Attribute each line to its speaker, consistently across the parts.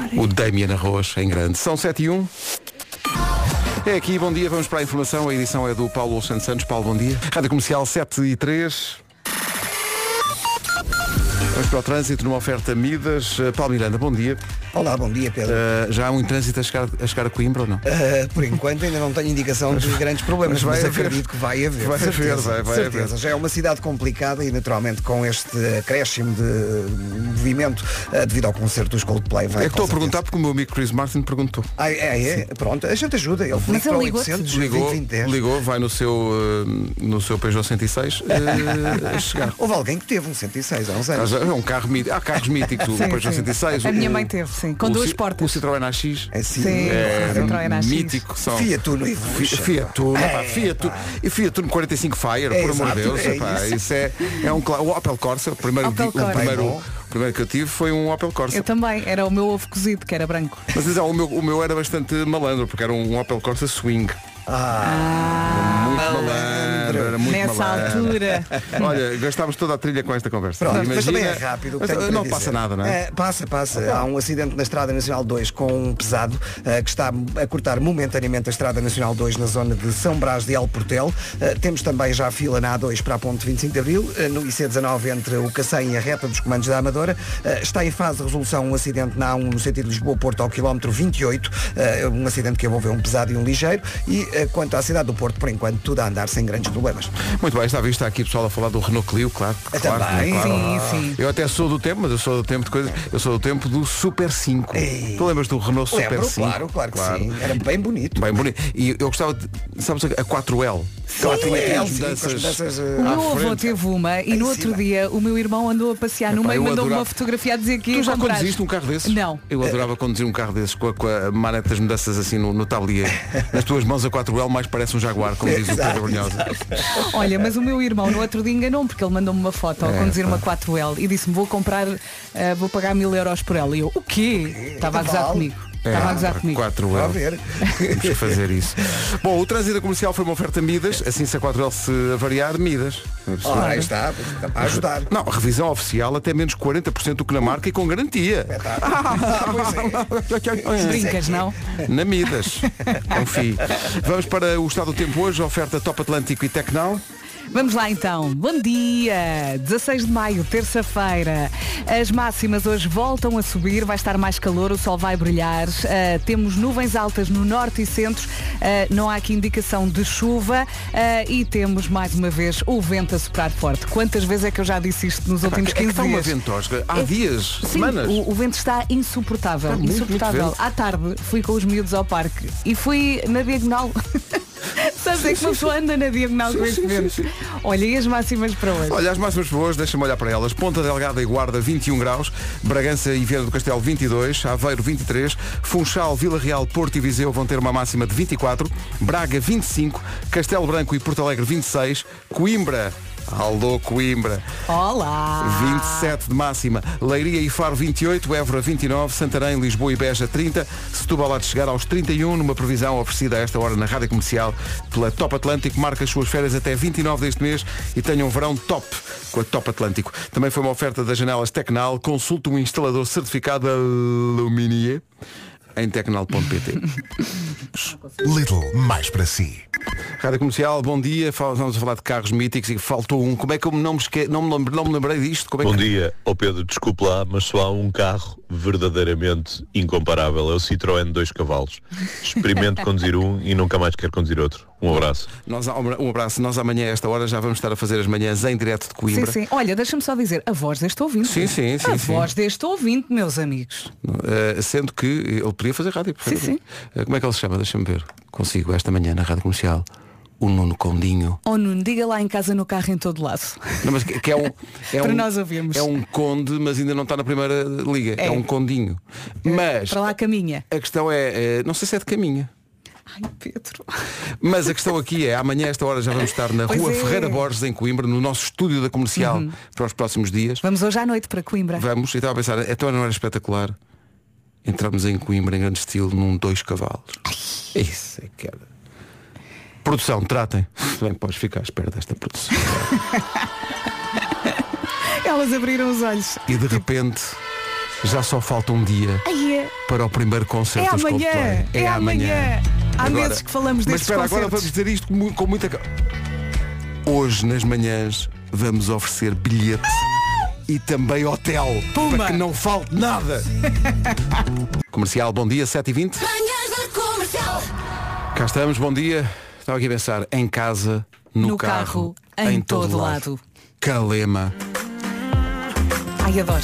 Speaker 1: O Damien Arroz em grande. São 7:01. É aqui, bom dia, vamos para a informação. A edição é do Paulo Santos. Paulo, bom dia. Rádio Comercial 7:03. Vamos para o trânsito numa oferta Midas. Paulo Miranda, bom dia.
Speaker 2: Olá, bom dia, Pedro.
Speaker 1: Já há muito trânsito a chegar a Coimbra ou não?
Speaker 2: Por enquanto ainda não tenho indicação de grandes problemas, mas acredito que vai haver.
Speaker 1: Vai haver.
Speaker 2: Já é uma cidade complicada e naturalmente com este acréscimo de movimento devido ao concerto dos Coldplay.
Speaker 1: É que estou a perguntar porque o meu amigo Chris Martin perguntou.
Speaker 2: Pronto, a gente ajuda. Ele
Speaker 3: Mas ele
Speaker 1: ligou, vai no seu Peugeot 106 a chegar.
Speaker 2: Houve alguém que teve um 106 há uns anos.
Speaker 1: É um carro mítico. Há carros míticos, o Peugeot 106.
Speaker 3: A minha mãe teve, sim. Com duas portas.
Speaker 1: O Citroën AX.
Speaker 3: Sim,
Speaker 1: Citroën AX. Mítico.
Speaker 2: Fiat Uno e
Speaker 1: Fiat Uno. E Fiat Uno 45 Fire, por amor de Deus. Isso é um o Opel Corsa. O primeiro que eu tive foi um Opel Corsa.
Speaker 3: Eu também, era o meu ovo cozido, que era branco.
Speaker 1: Mas o meu era bastante malandro, porque era um Opel Corsa Swing. Muito malandro, era muito
Speaker 3: nessa
Speaker 1: malandro.
Speaker 3: altura.
Speaker 1: Olha, gastámos toda a trilha com esta conversa.
Speaker 2: Pronto, mas também é rápido.
Speaker 1: Não passa nada, não é?
Speaker 2: Passa. Há um acidente na Estrada Nacional 2 com um pesado que está a cortar momentaneamente a Estrada Nacional 2 na zona de São Brás de El Portel. Temos também já a fila na A2 para a ponte 25 de Abril, no IC19 entre o Cacém e a reta dos comandos da Amadora. Está em fase de resolução um acidente na A1 no sentido de Lisboa-Porto ao quilómetro 28, um acidente que envolveu um pesado e um ligeiro. E quanto à cidade do Porto, por enquanto, tudo a andar sem grandes problemas.
Speaker 1: Muito bem, está aqui o pessoal a falar do Renault Clio, claro.
Speaker 2: Também.
Speaker 1: Claro.
Speaker 3: Sim.
Speaker 1: Eu até sou do tempo, mas eu sou do tempo de coisas. Eu sou do tempo do Super 5. Tu lembras do Renault Super 5?
Speaker 2: Claro que sim. Era bem bonito.
Speaker 1: Bem bonito. E eu gostava de, sabes, a 4L.
Speaker 3: O meu avô teve uma e no outro dia o meu irmão andou a passear no meio e mandou-me uma fotografia a dizer que ia
Speaker 1: Tu já
Speaker 3: comprar.
Speaker 1: conduziste um carro desses?
Speaker 3: Não.
Speaker 1: Eu adorava conduzir um carro desses com a manete das mudanças assim no tablier. Nas tuas mãos a 4L mais parece um Jaguar, como diz o Pedro Brunhosa.
Speaker 3: Olha, mas o meu irmão no outro dia enganou-me porque ele mandou-me uma foto a conduzir uma 4L e disse-me vou pagar 1000 euros por ela. E eu, o quê? Estava a gozar comigo. Estava a gozar comigo.
Speaker 1: 4L.
Speaker 2: A ver.
Speaker 1: Temos que fazer isso. Bom, o trânsito comercial foi uma oferta Midas, assim se a 4L se variar, Midas.
Speaker 2: Aí está a ajudar.
Speaker 1: Não, a revisão oficial até menos 40% do que na marca e com garantia.
Speaker 3: Brincas, não?
Speaker 1: Na Midas. Confie. Vamos para o estado do tempo hoje, oferta Top Atlântico e Tecnal.
Speaker 3: Vamos lá então. Bom dia! 16 de maio, terça-feira. As máximas hoje voltam a subir, vai estar mais calor, o sol vai brilhar. Temos nuvens altas no norte e centro, não há aqui indicação de chuva e temos mais uma vez o vento a soprar forte. Quantas vezes é que eu já disse isto nos últimos 15
Speaker 1: está
Speaker 3: dias?
Speaker 1: Uma ventosca. Há dias,
Speaker 3: sim,
Speaker 1: semanas.
Speaker 3: O vento está insuportável.
Speaker 1: Está muito
Speaker 3: insuportável.
Speaker 1: vento.
Speaker 3: À tarde fui com os miúdos ao parque e fui na diagonal. Sabes é que uma pessoa anda na diagonal com este vento. Olha, e as máximas para hoje?
Speaker 1: Olha, as máximas para hoje, deixa-me olhar para elas. Ponta Delgada e Guarda 21 graus, Bragança e Viana do Castelo 22, Aveiro 23, Funchal, Vila Real, Porto e Viseu vão ter uma máxima de 24, Braga 25, Castelo Branco e Porto Alegre 26, Coimbra, alô Coimbra,
Speaker 3: Olá!
Speaker 1: 27 de máxima, Leiria e Faro 28, Évora 29, Santarém, Lisboa e Beja 30, Setúbal há de chegar aos 31, numa previsão oferecida a esta hora na Rádio Comercial pela Top Atlântico. Marca as suas férias até 29 deste mês e tenha um verão top com a Top Atlântico. Também foi uma oferta das janelas Tecnal. Consulte um instalador certificado Aluminier em tecnal.pt.
Speaker 4: Lidl, mais para si.
Speaker 1: Rádio Comercial, bom dia. Vamos a falar de carros míticos e faltou um. Como é que eu não me lembrei disto? Como é
Speaker 5: Bom
Speaker 1: que...
Speaker 5: dia, Pedro, desculpe lá, mas só há um carro verdadeiramente incomparável. É o Citroën 2 cavalos. Experimente conduzir um e nunca mais quero conduzir outro. Um abraço.
Speaker 1: Um abraço. Nós amanhã a esta hora já vamos estar a fazer as manhãs em direto de Coimbra.
Speaker 3: Sim. Olha, deixa-me só dizer, a voz deste ouvinte.
Speaker 1: Sim.
Speaker 3: A voz deste ouvinte, meus amigos.
Speaker 1: Sendo que ele podia fazer rádio.
Speaker 3: Sim.
Speaker 1: Como é que ele se chama? Deixa-me ver. Consigo esta manhã na Rádio Comercial. O Nuno Condinho.
Speaker 3: Oh Nuno, diga lá em casa, no carro, em todo lado.
Speaker 1: Não, mas que é
Speaker 3: para nós ouvirmos.
Speaker 1: É um conde, mas ainda não está na primeira liga. É um condinho. Mas
Speaker 3: para lá caminha.
Speaker 1: A questão não sei se é de caminha.
Speaker 3: Ai, Pedro.
Speaker 1: Mas a questão aqui é, amanhã a esta hora já vamos estar na Rua Ferreira Borges, em Coimbra, no nosso estúdio da Comercial para os próximos dias.
Speaker 3: Vamos hoje à noite para Coimbra.
Speaker 1: Vamos, e estava a pensar, então não era espetacular entrarmos em Coimbra em grande estilo num 2 cavalos. Isso é que era. Produção, tratem. Bem, podes ficar à espera desta produção.
Speaker 3: Elas abriram os olhos.
Speaker 1: E de repente já só falta um dia.
Speaker 3: Ai, é.
Speaker 1: para o primeiro concerto dos
Speaker 3: amanhã,
Speaker 1: Coldplay.
Speaker 3: é amanhã. Há
Speaker 1: Agora-
Speaker 3: meses que falamos
Speaker 1: Mas
Speaker 3: destes
Speaker 1: espera, agora
Speaker 3: concertos.
Speaker 1: vamos dizer isto com muita Hoje, nas manhãs, vamos oferecer bilhete e também hotel.
Speaker 3: Pumba.
Speaker 1: Para que não falte nada. Comercial, bom dia, 7h20. Cá estamos, bom dia. Estava aqui a pensar, em casa, no carro,
Speaker 3: em todo lado.
Speaker 1: Calema.
Speaker 3: Ai, adoro.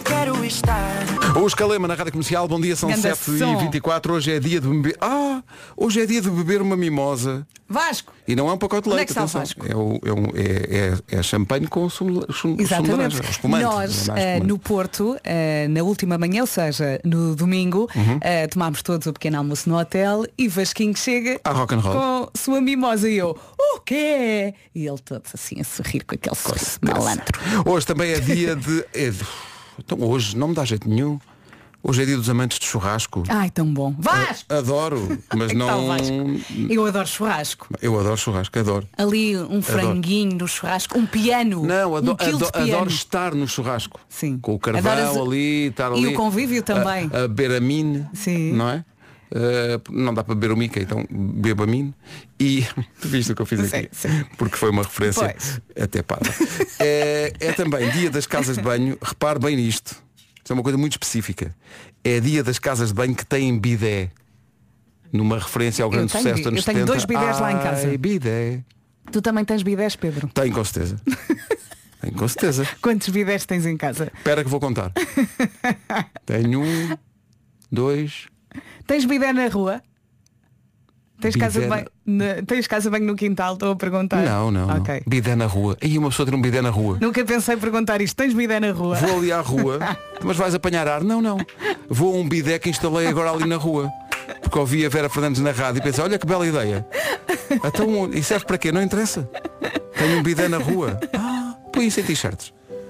Speaker 1: Os Calema na Rádio Comercial, bom dia, são
Speaker 3: Ganda
Speaker 1: 7h24. Hoje é dia de beber. Hoje é dia de beber uma mimosa.
Speaker 3: Vasco.
Speaker 1: E não é um pacote de
Speaker 3: Onde é
Speaker 1: leite,
Speaker 3: que está o
Speaker 1: atenção.
Speaker 3: Vasco?
Speaker 1: É champanhe com sumo de
Speaker 3: Exatamente.
Speaker 1: laranja, espumante.
Speaker 3: Nós,
Speaker 1: É mais espumante.
Speaker 3: no Porto, na última manhã, ou seja, no domingo,
Speaker 1: Uhum.
Speaker 3: tomámos todos o pequeno almoço no hotel e Vasquinho chega
Speaker 1: À rock and roll.
Speaker 3: com sua mimosa e eu, o quê? E ele todo assim a sorrir com aquele sorriso malandro.
Speaker 1: Hoje também é dia de. Então, hoje não me dá jeito nenhum. Hoje é dia dos amantes de churrasco.
Speaker 3: Ai, tão bom. Vasco!
Speaker 1: Adoro, mas
Speaker 3: Que tal,
Speaker 1: não.
Speaker 3: Vasco? Eu adoro churrasco.
Speaker 1: Eu adoro churrasco, adoro.
Speaker 3: Ali um franguinho no churrasco, um piano.
Speaker 1: Não,
Speaker 3: um quilo de piano.
Speaker 1: adoro estar no churrasco.
Speaker 3: Sim.
Speaker 1: Com o carvão
Speaker 3: Adoras-
Speaker 1: ali, estar
Speaker 3: E
Speaker 1: ali.
Speaker 3: o convívio também.
Speaker 1: A beber a mine.
Speaker 3: Sim.
Speaker 1: Não é? Não dá para beber o Mickey, então bebo a mine. E tu viste o que eu fiz aqui?
Speaker 3: Sim, sim.
Speaker 1: Porque foi uma referência
Speaker 3: Pois.
Speaker 1: até parda. É também dia das casas de banho. Repare bem nisto. Isto é uma coisa muito específica. É dia das casas de banho que têm bidé. Numa referência ao grande
Speaker 3: tenho
Speaker 1: sucesso dos anos
Speaker 3: eu tenho
Speaker 1: 70.
Speaker 3: dois bidés lá em casa.
Speaker 1: Ai, bidé.
Speaker 3: Tu também tens bidés, Pedro?
Speaker 1: Tenho com certeza. Tenho com certeza.
Speaker 3: Quantos bidés tens em casa?
Speaker 1: Espera que vou contar. Tenho 1, 2.
Speaker 3: Tens bidé na rua? Tens
Speaker 1: Bidé
Speaker 3: casa de banho? Tens casa de banho no quintal? Estou a perguntar.
Speaker 1: Não.
Speaker 3: Ok.
Speaker 1: Bidé na rua. E uma pessoa ter um bidé na rua.
Speaker 3: Nunca pensei perguntar isto. Tens bidé na rua?
Speaker 1: Vou ali à rua, mas vais apanhar ar? Não. Vou a um bidé que instalei agora ali na rua. Porque ouvi a Vera Fernandes na rádio e pensei, olha que bela ideia. Então, e serve para quê? Não interessa. Tenho um bidé na rua. Põe isso em t-shirts.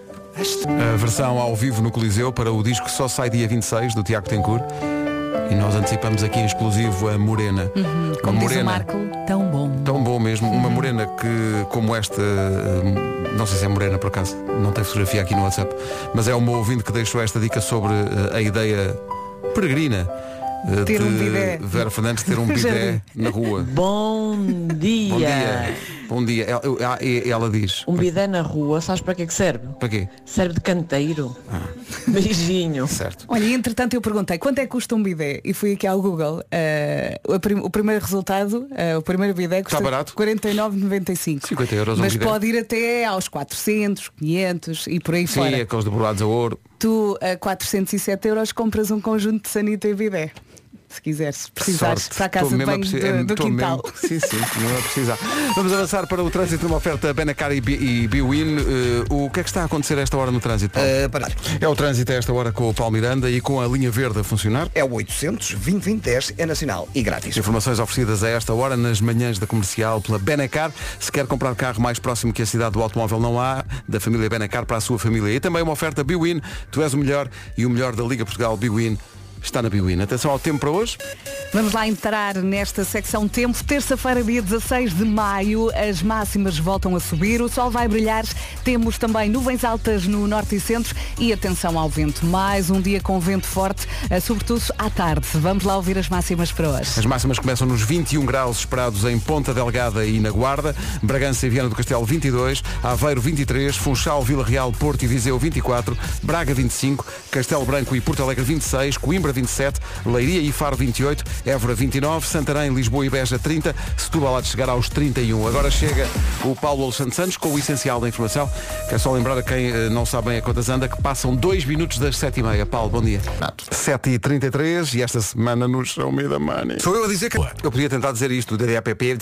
Speaker 1: A versão ao vivo no Coliseu para o disco só sai dia 26 do Tiago Tencourt. E nós antecipamos aqui em exclusivo a Morena.
Speaker 3: Como
Speaker 1: Uma
Speaker 3: diz o Marco, tão bom.
Speaker 1: Tão bom mesmo. Uma morena que, como esta, não sei se é morena por acaso, não tem fotografia aqui no WhatsApp, mas é uma ouvinte que deixou esta dica sobre a ideia peregrina
Speaker 3: Ter
Speaker 1: de
Speaker 3: um bidé.
Speaker 1: Vera Fernandes ter um bidé na rua.
Speaker 6: Bom dia.
Speaker 1: Bom dia. Bom dia. Ela diz.
Speaker 6: Um bidé na rua, sabes para que é que serve?
Speaker 1: Para quê?
Speaker 6: Serve de canteiro. Beijinho.
Speaker 1: Certo.
Speaker 3: Olha, e entretanto eu perguntei quanto é que custa um bidé e fui aqui ao Google. O primeiro resultado, o primeiro bidé custa
Speaker 1: Está barato?
Speaker 3: 49,95.
Speaker 1: 50 euros um
Speaker 3: Mas
Speaker 1: bidé.
Speaker 3: pode ir até aos 400, 500 e por aí
Speaker 1: Sim,
Speaker 3: fora.
Speaker 1: aqueles de bordados a ouro.
Speaker 3: Tu a 407 euros compras um conjunto de sanita e bidé. Se quiseres, se precisares
Speaker 1: Sorte.
Speaker 3: para a casa
Speaker 1: Estou
Speaker 3: de
Speaker 1: mesmo
Speaker 3: banho
Speaker 1: a precisar-
Speaker 3: do
Speaker 1: estou
Speaker 3: quintal.
Speaker 1: mesmo- Sim, não é precisar. Vamos avançar para o trânsito numa oferta Benacar e Biwin. O que é que está a acontecer a esta hora no trânsito, Paulo? É o trânsito a esta hora com o Paulo Miranda e com a linha verde a funcionar.
Speaker 2: É o 800 2010 é nacional e grátis.
Speaker 1: Informações oferecidas a esta hora nas manhãs da comercial pela Benacar. Se quer comprar carro mais próximo que a cidade do automóvel não há, da família Benacar para a sua família. E também uma oferta Biwin. Tu és o melhor e o melhor da Liga Portugal Biwin está na Biwin. Atenção ao tempo para hoje.
Speaker 3: Vamos lá entrar nesta secção tempo. Terça-feira, dia 16 de maio, as máximas voltam a subir, o sol vai brilhar, temos também nuvens altas no norte e centro e atenção ao vento. Mais um dia com vento forte, sobretudo à tarde. Vamos lá ouvir as máximas para hoje.
Speaker 1: As máximas começam nos 21 graus esperados em Ponta Delgada e na Guarda, Bragança e Viana do Castelo 22, Aveiro 23, Funchal, Vila Real, Porto e Viseu 24, Braga 25, Castelo Branco e Porto Alegre 26, Coimbra 27, Leiria e Faro 28, Évora 29, Santarém, Lisboa e Beja 30, Setúbal há de chegar aos 31. Agora chega o Paulo Alexandre Santos com o essencial da informação. Quero só lembrar a quem não sabe bem a quantas anda que passam 2 minutos das 7h30. Paulo, bom dia. 7h33 e esta semana no Show Me the Money. Sou eu a dizer que eu podia tentar dizer isto, do DDAPP,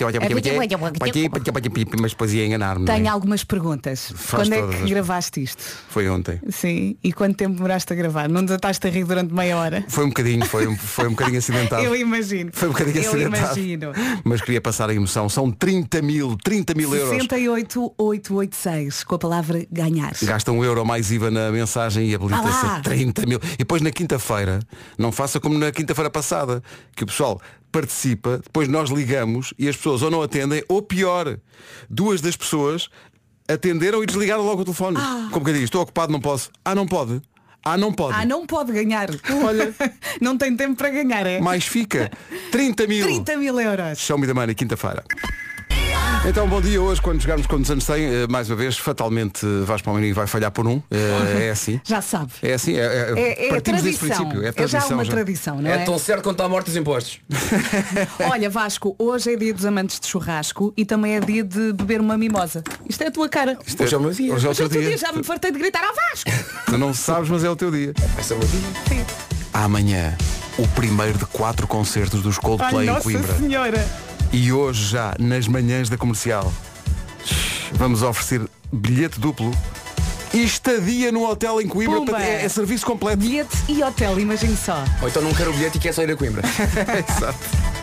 Speaker 1: mas depois ia enganar-me. não é?
Speaker 3: Tenho algumas perguntas.
Speaker 1: Faz
Speaker 3: Quando é
Speaker 1: todas
Speaker 3: que
Speaker 1: as-
Speaker 3: gravaste isto?
Speaker 1: Foi ontem.
Speaker 3: Sim. E quanto tempo demoraste a gravar? Não desataste a rir durante meia hora?
Speaker 1: Foi um bocadinho, foi um bocadinho acidentado.
Speaker 3: Eu imagino.
Speaker 1: Foi um bocadinho
Speaker 3: Eu
Speaker 1: acidentado.
Speaker 3: imagino.
Speaker 1: Mas queria passar a emoção. São 30 mil euros.
Speaker 3: 68,886 com a palavra ganhar.
Speaker 1: Gasta €1 mais IVA na mensagem e habilita-se
Speaker 3: Ah lá.
Speaker 1: a 30 mil. E depois na quinta-feira, não faça como na quinta-feira passada, que o pessoal participa, depois nós ligamos e as pessoas ou não atendem, ou pior, 2 das pessoas atenderam e desligaram logo o telefone. Como que diz, estou ocupado, não posso. Não pode. não pode.
Speaker 3: Não pode ganhar.
Speaker 1: Olha.
Speaker 3: Não tem tempo para ganhar, é?
Speaker 1: Mais fica 30 mil.
Speaker 3: 30 mil euros.
Speaker 1: Show Me the Money, quinta-feira. Então, bom dia hoje, quando jogarmos com os anos 100, mais uma vez, fatalmente Vasco Palmeirinho vai falhar por um. É assim.
Speaker 3: Já sabe.
Speaker 1: É assim, partimos desse princípio.
Speaker 3: É já uma tradição, não é?
Speaker 7: É tão certo quanto está a morte dos impostos.
Speaker 3: Olha, Vasco, hoje é dia dos amantes de churrasco e também é dia de beber uma mimosa. Isto é a tua cara.
Speaker 7: Hoje é o meu dia.
Speaker 1: Hoje é o teu dia.
Speaker 3: Já me fartei de gritar ao Vasco.
Speaker 1: Tu não sabes, mas é o teu dia.
Speaker 7: Esse é o meu dia.
Speaker 3: Sim.
Speaker 1: Amanhã, o primeiro de 4 concertos dos Coldplay em Coimbra.
Speaker 3: Nossa Senhora.
Speaker 1: E hoje já, nas manhãs da comercial, vamos oferecer bilhete duplo e estadia no hotel em Coimbra.
Speaker 3: Pumba.
Speaker 1: É serviço completo.
Speaker 3: Bilhete e hotel, imagine só.
Speaker 7: Ou então não quero o bilhete e quer só ir a Coimbra.
Speaker 1: Exato.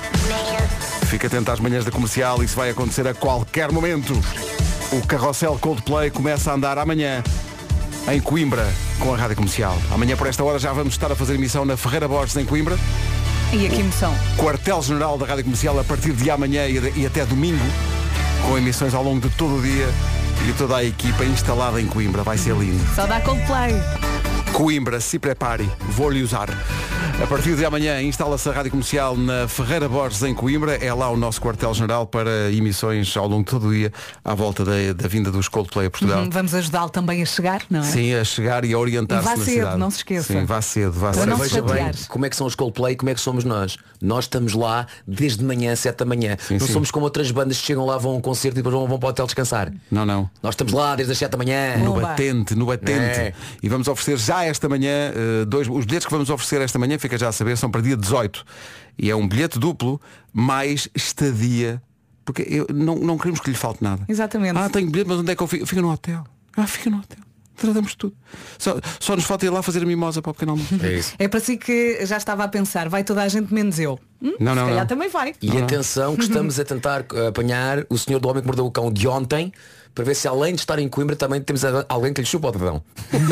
Speaker 1: Fica atento às manhãs da comercial, isso vai acontecer a qualquer momento. O carrossel Coldplay começa a andar amanhã em Coimbra com a Rádio Comercial. Amanhã por esta hora já vamos estar a fazer emissão na Ferreira Borges em Coimbra.
Speaker 3: E aqui emoção.
Speaker 1: Quartel-General da Rádio Comercial a partir de amanhã e até domingo, com emissões ao longo de todo o dia e toda a equipa instalada em Coimbra. Vai ser lindo.
Speaker 3: Só dá Coldplay.
Speaker 1: Coimbra, se prepare, vou-lhe usar. A partir de amanhã instala-se a Rádio Comercial na Ferreira Borges em Coimbra. É lá o nosso quartel-general para emissões ao longo de todo o dia à volta da vinda dos Coldplay a Portugal.
Speaker 3: Vamos ajudá-lo também a chegar, não é?
Speaker 1: Sim, a chegar e a orientar-se
Speaker 3: E
Speaker 1: na
Speaker 3: vá cedo,
Speaker 1: cidade.
Speaker 3: não se esqueça.
Speaker 1: Sim, vá cedo, vá
Speaker 3: Para
Speaker 1: cedo.
Speaker 3: não se
Speaker 7: Veja bem
Speaker 3: chatear.
Speaker 7: como é que são os Coldplay, como é que somos nós. Nós estamos lá desde manhã, 7 da manhã.
Speaker 1: Sim,
Speaker 7: não
Speaker 1: sim.
Speaker 7: somos como outras bandas que chegam lá, vão a um concerto e depois vão para o hotel descansar.
Speaker 1: Não.
Speaker 7: Nós estamos lá desde as 7 da manhã.
Speaker 1: No
Speaker 3: Pumba.
Speaker 1: batente.
Speaker 7: É.
Speaker 1: E vamos oferecer já esta manhã, os bilhetes que vamos oferecer esta manhã, fica já a saber, são para dia 18. E é um bilhete duplo, mais estadia. Porque não queremos que lhe falte nada.
Speaker 3: Exatamente.
Speaker 1: Tenho bilhete, mas onde é que eu fico? Fica no hotel. Fica no hotel. Tratamos tudo. Só nos falta ir lá fazer a mimosa para o pequeno almoço.
Speaker 7: É isso.
Speaker 3: É para si que já estava a pensar, vai toda a gente menos eu.
Speaker 1: Não.
Speaker 3: Se calhar também vai.
Speaker 7: E atenção que estamos a tentar apanhar o senhor do Homem que Mordeu o Cão de ontem, para ver se além de estar em Coimbra também temos alguém que lhe chupa o dedão.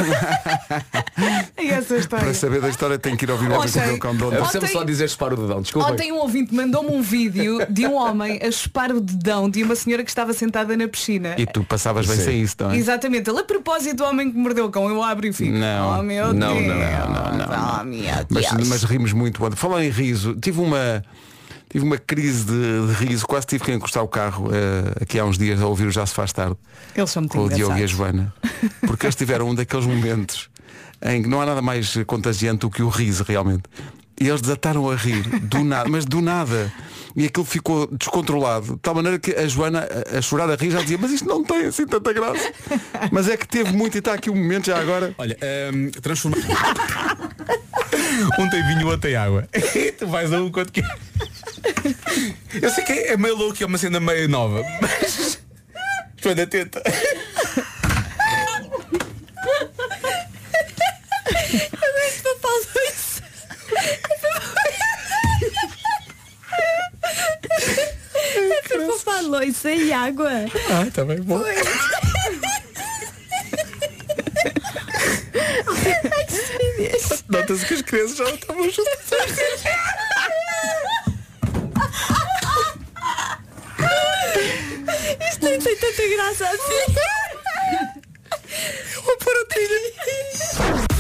Speaker 3: E essa história.
Speaker 1: Para saber da história tem que ir ouvir o homem que deu o cão de ontem.
Speaker 3: Ontem-
Speaker 7: Precisamos só dizer chupar o dedão, desculpa.
Speaker 3: Ontem um ouvinte mandou-me um vídeo de um homem a chupar o dedão de uma senhora que estava sentada na piscina.
Speaker 1: E tu passavas bem
Speaker 7: Sim.
Speaker 1: sem isso, não é?
Speaker 3: Exatamente. Ele, a propósito do homem que mordeu o cão, eu abro e fico.
Speaker 1: Não.
Speaker 3: Oh meu
Speaker 1: Não,
Speaker 3: Deus.
Speaker 1: não.
Speaker 3: Oh meu Deus.
Speaker 1: Mas rimos muito ontem. Falar em riso, tive uma crise de riso, quase tive que encostar o carro aqui há uns dias a ouvir o Já Se Faz Tarde
Speaker 3: Eles são muito
Speaker 1: com o Diogo e a
Speaker 3: engraçados.
Speaker 1: Joana, porque eles tiveram um daqueles momentos em que não há nada mais contagiante do que o riso realmente. E eles desataram a rir, do nada, mas do nada. E aquilo ficou descontrolado, de tal maneira que a Joana, a chorar a rir, já dizia, mas isto não tem assim tanta graça. Mas é que teve muito e está aqui um momento já agora.
Speaker 8: Olha, transformar. Um tem vinho, outro tem água. Tu vais a um quanto que. Eu sei que é meio louco, é uma cena meio nova, mas. Joana, tenta.
Speaker 3: Papá, loiça e água.
Speaker 8: Tá bem bom. Nota-se que as crianças já não estavam juntas.
Speaker 3: Isto nem tem tanta graça assim.
Speaker 8: Vou pôr a trilha.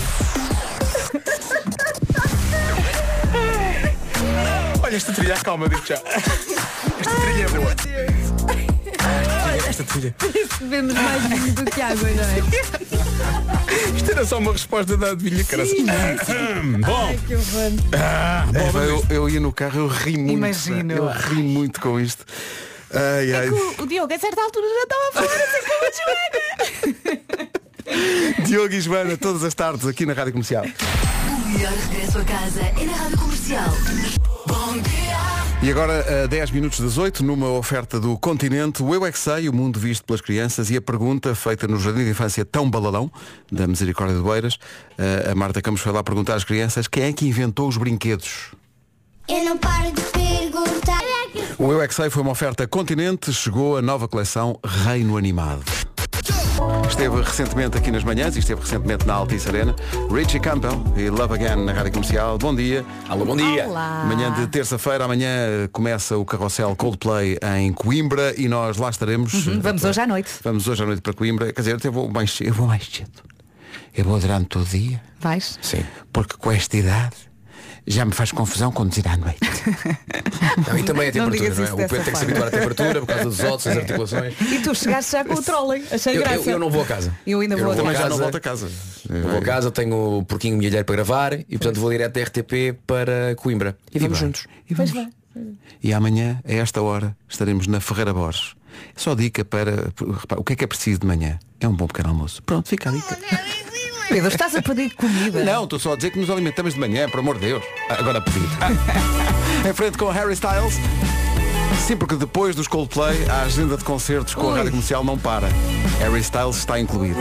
Speaker 8: Olha esta trilha, calma, digo já. Esta trilha é boa. Esta trilha.
Speaker 3: Bebemos mais vinho do que água, não é?
Speaker 8: Isto era só uma resposta da adivinha, caralho. Bom.
Speaker 3: Que horror.
Speaker 1: Eu ia no carro, eu ri muito.
Speaker 3: Imagino.
Speaker 1: Eu ri muito com isto. Ai, ai.
Speaker 3: O Diogo a certa altura já estava a falar assim como a Joana.
Speaker 1: Diogo e Joana, todas as tardes aqui na Rádio Comercial.
Speaker 9: O melhor regresso a casa é na Rádio Comercial. Bom dia!
Speaker 1: E agora, a 10 minutos das 8, numa oferta do Continente, o Eu é que Sei, o mundo visto pelas crianças, e a pergunta feita no Jardim de Infância Tão Balalão, da Misericórdia de Oeiras, a Marta Campos foi lá perguntar às crianças quem é que inventou os brinquedos.
Speaker 10: Eu não paro de perguntar.
Speaker 1: O Eu é que Sei foi uma oferta Continente, chegou a nova coleção Reino Animado. Esteve recentemente aqui nas manhãs e esteve recentemente na Altice Arena. Richie Campbell e Love Again na Rádio Comercial. Bom dia.
Speaker 7: Alô, bom dia.
Speaker 3: Olá.
Speaker 1: Manhã de terça-feira, amanhã começa o carrossel Coldplay em Coimbra e nós lá estaremos.
Speaker 3: Vamos hoje à noite.
Speaker 1: Vamos hoje à noite para Coimbra. Quer dizer, eu vou mais cedo. Eu vou durante todo o dia.
Speaker 3: Vais?
Speaker 7: Sim.
Speaker 1: Porque com esta idade já me faz confusão conduzir à noite.
Speaker 7: Não, e também a
Speaker 3: Não
Speaker 7: temperatura,
Speaker 3: digas
Speaker 7: não é?
Speaker 3: isso
Speaker 7: O
Speaker 3: dessa
Speaker 7: Pedro tem que se
Speaker 3: forma.
Speaker 7: habituar à temperatura por causa dos ossos, das articulações.
Speaker 3: E tu chegaste já com o trolley. Achei graça.
Speaker 7: Eu não vou a casa.
Speaker 3: Eu ainda vou a
Speaker 7: não
Speaker 1: Também
Speaker 3: casa.
Speaker 1: já não volto a casa.
Speaker 7: Eu vou a casa, tenho o porquinho milheiro para gravar e portanto vou direto da RTP para Coimbra. E vamos juntos.
Speaker 1: E
Speaker 3: Pois
Speaker 1: vamos.
Speaker 3: vai.
Speaker 1: E amanhã, a esta hora, estaremos na Ferreira Borges. Só dica para... Repara, o que é preciso de manhã? É um bom pequeno almoço. Pronto, fica a dica.
Speaker 3: Pedro, estás a pedir comida?
Speaker 1: Não, estou só a dizer que nos alimentamos de manhã, por amor de Deus. Agora pedi. Em frente com Harry Styles. Sim, porque depois dos Coldplay, a agenda de concertos com a Rádio Comercial não para. Harry Styles está incluído.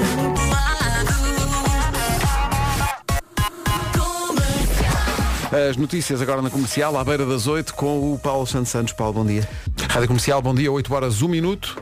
Speaker 1: As notícias agora na Comercial, à beira das 8, com o Paulo Santos. Paulo, bom dia. Rádio Comercial, bom dia, 8 horas, 1 minuto.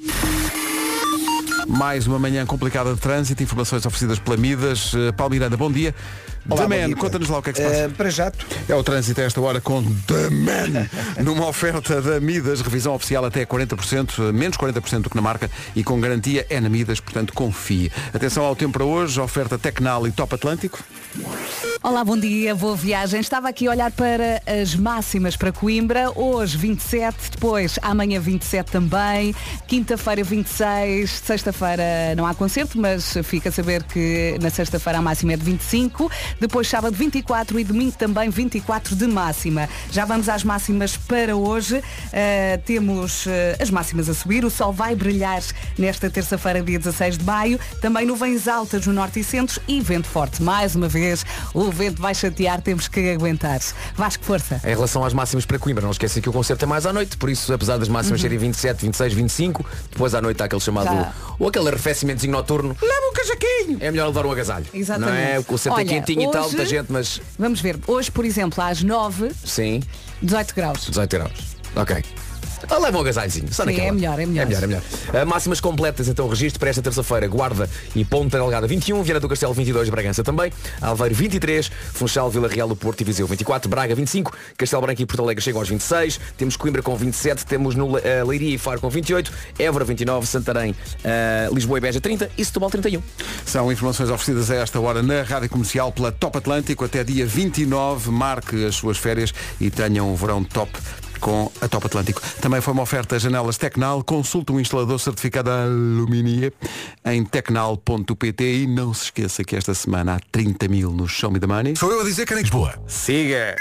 Speaker 1: Mais uma manhã complicada de trânsito, informações oferecidas pela Midas. Paulo Miranda, bom dia.
Speaker 2: Olá,
Speaker 1: The
Speaker 2: bom
Speaker 1: Man,
Speaker 2: dia.
Speaker 1: conta-nos lá o que é que se passa.
Speaker 2: Para jato.
Speaker 1: É o trânsito a esta hora com The Man. Numa oferta da Midas, revisão oficial até 40%, menos 40% do que na marca e com garantia é na Midas, portanto confie. Atenção ao tempo para hoje, oferta Tecnal e Top Atlântico.
Speaker 3: Olá, bom dia, boa viagem. Estava aqui a olhar para as máximas para Coimbra. Hoje 27, depois amanhã 27 também, quinta-feira 26, sexta-feira não há concerto, mas fica a saber que na sexta-feira a máxima é de 25, depois sábado 24 e domingo também 24 de máxima. Já vamos às máximas para hoje. Temos as máximas a subir, o sol vai brilhar nesta terça-feira, dia 16 de maio, também nuvens altas no norte e centro e vento forte. Mais uma vez, o vento vai chatear, temos que aguentar. Vasco, força.
Speaker 7: Em relação às máximas para Coimbra, não esquecem que o concerto é mais à noite, por isso, apesar das máximas serem 27, 26, 25, depois à noite há aquele chamado,
Speaker 3: Já.
Speaker 7: ou aquele arrefecimentozinho noturno.
Speaker 1: Leva um casaquinho!
Speaker 7: É melhor levar um agasalho.
Speaker 3: Exatamente.
Speaker 7: Não é? O concerto é
Speaker 3: Olha,
Speaker 7: quentinho e tal,
Speaker 3: hoje-
Speaker 7: muita gente, mas
Speaker 3: Vamos ver, hoje, por exemplo, às 9,
Speaker 7: sim,
Speaker 3: 18 graus.
Speaker 7: 18 graus. Ok. Leva um agasalhozinho, só
Speaker 3: Sim,
Speaker 7: naquela.
Speaker 3: é melhor, é melhor.
Speaker 7: Máximas completas, então, registro para esta terça-feira. Guarda e Ponta Delgada 21, Viana do Castelo 22, Bragança também, Aveiro 23, Funchal, Vila Real do Porto e Viseu 24, Braga 25, Castelo Branco e Porto Alegre chegam aos 26, temos Coimbra com 27, temos no Leiria e Faro com 28, Évora 29, Santarém, Lisboa e Beja 30 e Setúbal 31.
Speaker 1: São informações oferecidas a esta hora na Rádio Comercial pela Top Atlântico. Até dia 29, marque as suas férias e tenha um verão top com a Top Atlântico. Também foi uma oferta Janelas Tecnal. Consulte um instalador certificado a alumínio em tecnal.pt e não se esqueça que esta semana há 30 mil no Show Me the Money.
Speaker 4: Sou eu a dizer que é Lisboa.
Speaker 1: Siga!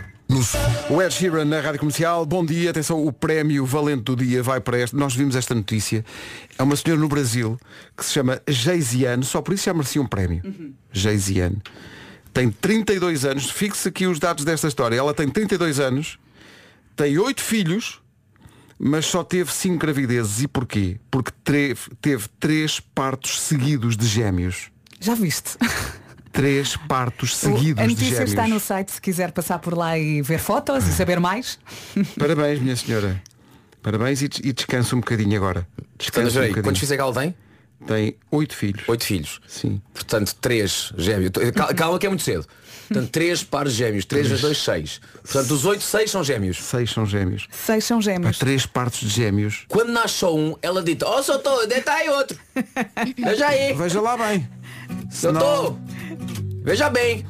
Speaker 1: O Ed Sheeran na Rádio Comercial. Bom dia, atenção, o prémio valente do dia vai para este. Nós vimos esta notícia. É uma senhora no Brasil que se chama Geisiane, só por isso já merecia um prémio. Geisiane. Tem 32 anos, fixe aqui os dados desta história. Ela tem 32 anos, tem 8 filhos, mas só teve 5 gravidezes. E porquê? Porque teve 3 partos seguidos de gêmeos.
Speaker 3: Já viste?
Speaker 1: 3 partos seguidos
Speaker 3: A
Speaker 1: de
Speaker 3: notícia
Speaker 1: gêmeos.
Speaker 3: está no site se quiser passar por lá e ver fotos e saber mais.
Speaker 1: Parabéns, minha senhora. Parabéns e descansa um bocadinho agora. Descansa um bocadinho.
Speaker 7: Quantos filhos é que ela tem?
Speaker 1: Tem 8 filhos.
Speaker 7: 8 filhos.
Speaker 1: Sim.
Speaker 7: Portanto, 3 gêmeos. Calma que é muito cedo. Portanto, 3 pares de gêmeos. 3 vezes 2, 6. Portanto, dos 8, 6 são gêmeos.
Speaker 1: 6 são gêmeos.
Speaker 3: 6 são gêmeos.
Speaker 1: 3 partos de gêmeos.
Speaker 7: Quando nasce só um, ela diz, ó, só estou, deita aí outro. Veja aí.
Speaker 1: Veja lá bem.
Speaker 7: Só estou. Veja bem.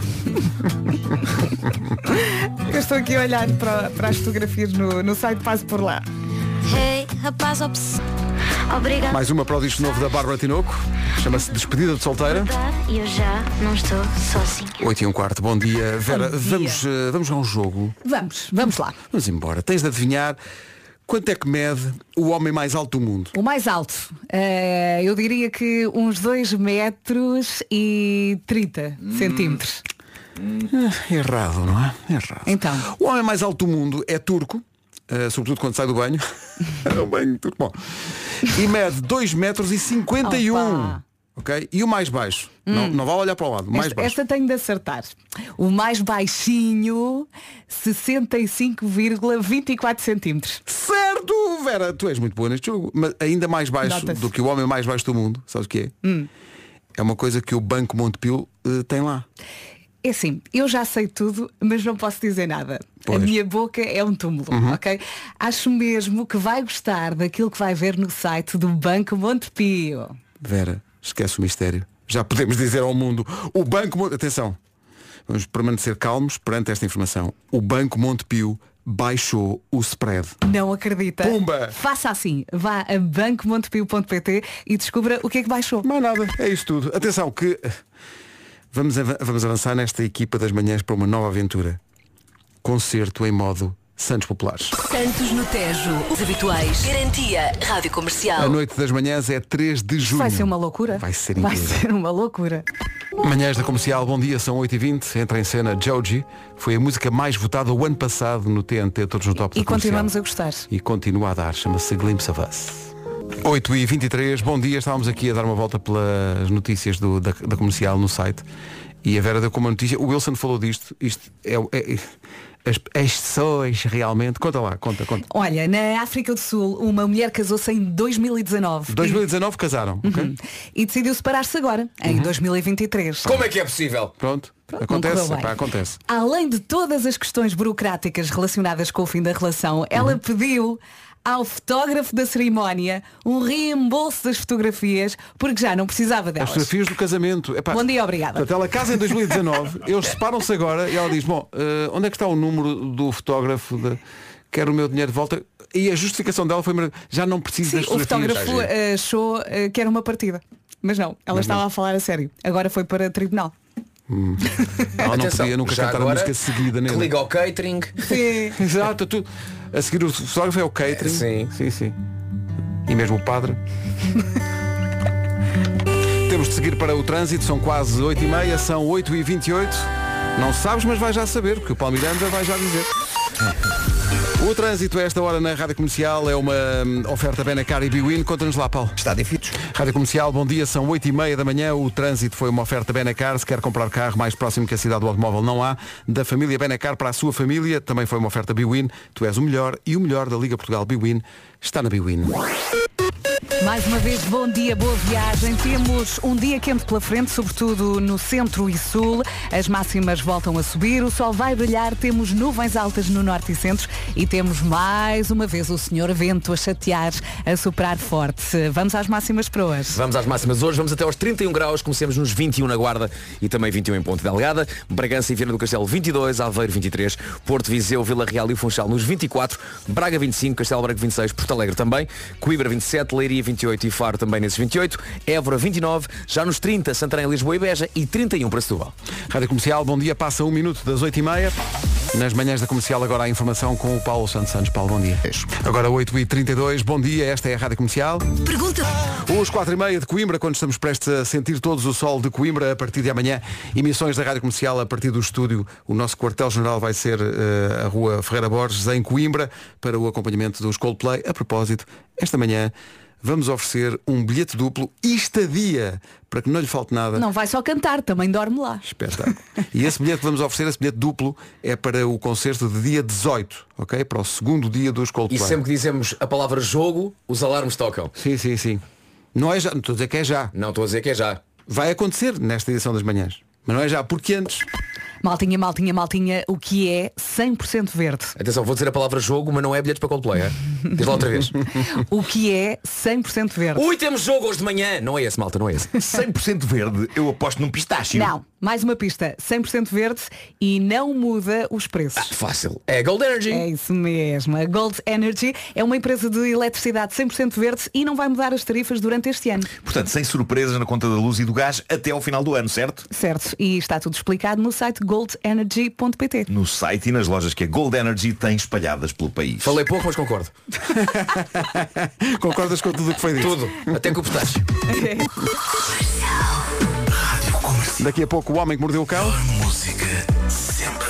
Speaker 3: Eu estou aqui a olhar para as fotografias no site, passo por lá.
Speaker 10: Hey, rapaz, obrigado.
Speaker 1: Mais uma para o disco novo da Bárbara Tinoco. Chama-se Despedida de Solteira.
Speaker 10: E eu já não estou sozinha.
Speaker 1: 8h15. Bom dia. Vera,
Speaker 3: Bom dia.
Speaker 1: vamos a um jogo.
Speaker 3: Vamos lá.
Speaker 1: Vamos embora. Tens de adivinhar quanto é que mede o homem mais alto do mundo.
Speaker 3: O mais alto, eu diria que uns 2 metros e 30 centímetros.
Speaker 1: Errado, não é? Errado.
Speaker 3: Então.
Speaker 1: O homem mais alto do mundo é turco. Sobretudo quando sai do banho. É um banho turco. Bom. E mede 2 metros e 51.
Speaker 3: Opa.
Speaker 1: Ok? E o mais baixo? Não vale olhar para o lado. O mais baixo.
Speaker 3: Esta tenho de acertar. O mais baixinho, 65,24 centímetros.
Speaker 1: Certo, Vera, tu és muito boa neste jogo. Mas ainda mais baixo
Speaker 3: Nota-se.
Speaker 1: do que o homem mais baixo do mundo. Sabes o que é? É uma coisa que o Banco Montepio tem lá.
Speaker 3: É assim, eu já sei tudo, mas não posso dizer nada.
Speaker 1: Pois.
Speaker 3: A minha boca é um túmulo, ok? Acho mesmo que vai gostar daquilo que vai ver no site do Banco Montepio.
Speaker 1: Vera, esquece o mistério. já podemos dizer ao mundo, o Banco... Atenção, vamos permanecer calmos perante esta informação. O Banco Montepio baixou o spread.
Speaker 3: Não acredita?
Speaker 1: Pumba!
Speaker 3: Faça assim, vá a bancomontepio.pt e descubra o que é que baixou.
Speaker 1: Mais nada, é isso tudo. Atenção que vamos avançar nesta equipa das manhãs para uma nova aventura. Concerto em modo Santos Populares.
Speaker 9: Santos no Tejo, os habituais. Garantia Rádio Comercial.
Speaker 1: A noite das manhãs é 3 de junho.
Speaker 3: Vai ser uma loucura.
Speaker 1: Vai ser
Speaker 3: Vai
Speaker 1: incrível.
Speaker 3: ser uma loucura.
Speaker 1: Manhãs da Comercial, bom dia, são 8h20. Entra em cena Joji. Foi a música mais votada o ano passado no TNT, todos no top
Speaker 3: E
Speaker 1: da Comercial.
Speaker 3: continuamos a gostar.
Speaker 1: E continua a dar, chama-se Glimpse of Us. 8h23, bom dia, estávamos aqui a dar uma volta pelas notícias da Comercial no site. E a Vera deu como notícia, o Wilson falou disto, isto as pessoas realmente, conta lá, conta.
Speaker 3: Olha, na África do Sul, uma mulher casou-se em 2019.
Speaker 1: 2019 casaram, ok?
Speaker 3: E decidiu separar-se agora, em 2023.
Speaker 7: Como é que é possível?
Speaker 1: Pronto,
Speaker 3: não
Speaker 1: acontece,
Speaker 3: correu bem.
Speaker 1: acontece.
Speaker 3: Além de todas as questões burocráticas relacionadas com o fim da relação, ela pediu ao fotógrafo da cerimónia um reembolso das fotografias porque já não precisava
Speaker 1: As
Speaker 3: delas.
Speaker 1: fotografias do casamento. Epá,
Speaker 3: Bom dia, obrigada.
Speaker 1: portanto, ela casa em 2019, eles separam-se agora e ela diz, bom, onde é que está o número do fotógrafo? Quero o meu dinheiro de volta. E a justificação dela foi, já não preciso
Speaker 3: Sim,
Speaker 1: das
Speaker 3: o
Speaker 1: fotografias.
Speaker 3: fotógrafo achou que era uma partida. Mas não, ela estava a falar a sério. Agora foi para tribunal.
Speaker 1: Ela não
Speaker 7: Atenção,
Speaker 1: podia nunca
Speaker 7: já
Speaker 1: cantar a
Speaker 7: agora,
Speaker 1: música seguida
Speaker 7: que
Speaker 1: nele.
Speaker 7: liga ao catering.
Speaker 3: Sim.
Speaker 1: Exato, a seguir o fotógrafo é o catering. Sim. E mesmo o padre. Temos de seguir para o trânsito, são quase 8h30, são 8h28. Não sabes, mas vai já saber, porque o Paulo Miranda vai já dizer. O trânsito a esta hora na Rádio Comercial é uma oferta Benacar e Biwin. Conta-nos lá, Paulo.
Speaker 2: Está difícil.
Speaker 1: Rádio Comercial, bom dia, são 8h30 da manhã. O trânsito foi uma oferta Benacar. Se quer comprar carro mais próximo que a cidade do automóvel, não há. Da família Benacar para a sua família, também foi uma oferta Biwin. Tu és o melhor e o melhor da Liga Portugal Biwin está na Biwin.
Speaker 3: Mais uma vez, bom dia, boa viagem. Temos um dia quente pela frente, sobretudo no centro e sul. As máximas voltam a subir, o sol vai brilhar, temos nuvens altas no norte e centro e temos mais uma vez o senhor vento a chatear, a soprar forte. Vamos às máximas para hoje.
Speaker 7: Vamos às máximas hoje, vamos até aos 31 graus, comecemos nos 21 na Guarda e também 21 em Ponte Delgada, Bragança e Viana do Castelo 22, Aveiro 23, Porto Viseu, Vila Real e Funchal nos 24, Braga 25, Castelo Branco 26, Porto Alegre também, Coimbra 27, Leiria 28 e Faro também nesses 28, Évora 29, já nos 30, Santarém, Lisboa e Beja e 31 para Setúbal.
Speaker 1: Rádio Comercial, bom dia, passa 1 minuto das 8h30. Nas manhãs da Comercial agora a informação com o Paulo Santos. Paulo, bom dia. Agora 8h32, bom dia, esta é a Rádio Comercial.
Speaker 9: Pergunta.
Speaker 1: Os 4h30 de Coimbra, quando estamos prestes a sentir todos o sol de Coimbra, a partir de amanhã, emissões da Rádio Comercial a partir do estúdio. O nosso quartel-general vai ser a Rua Ferreira Borges, em Coimbra, para o acompanhamento dos Coldplay. A propósito, esta manhã vamos oferecer um bilhete duplo e estadia, para que não lhe falte nada.
Speaker 3: Não vai só cantar, também dorme lá.
Speaker 1: Espetáculo. E esse bilhete que vamos oferecer, esse bilhete duplo, é para o concerto de dia 18, ok? Para o segundo dia dos Coldplay.
Speaker 7: E sempre que dizemos a palavra jogo, os alarmes tocam.
Speaker 1: Sim. Não é já, não estou a dizer que é já.
Speaker 7: Não estou a dizer que é já.
Speaker 1: Vai acontecer nesta edição das manhãs. Mas não é já, porque antes...
Speaker 3: Maltinha, o que é 100% verde?
Speaker 7: Atenção, vou dizer a palavra jogo, mas não é bilhetes para Coldplay, é? Diz lá outra vez.
Speaker 3: O que é 100% verde?
Speaker 7: Ui, temos jogo hoje de manhã. Não é esse, malta, não é esse.
Speaker 11: 100% verde, eu aposto num pistácio.
Speaker 3: Não, mais uma pista, 100% verde e não muda os preços.
Speaker 7: Fácil. É Gold Energy.
Speaker 3: É isso mesmo. A Gold Energy é uma empresa de eletricidade 100% verde e não vai mudar as tarifas durante este ano.
Speaker 11: Portanto, sem surpresas na conta da luz e do gás até ao final do ano, certo?
Speaker 3: Certo. E está tudo explicado no site goldenergy.pt.
Speaker 11: No site e nas lojas que a Gold Energy tem espalhadas pelo país.
Speaker 7: Falei pouco, mas concordo.
Speaker 1: Concordas com tudo o que foi dito?
Speaker 7: Tudo. Até com o pistache.
Speaker 1: Daqui a pouco o homem que mordeu o cão.
Speaker 11: Música sempre.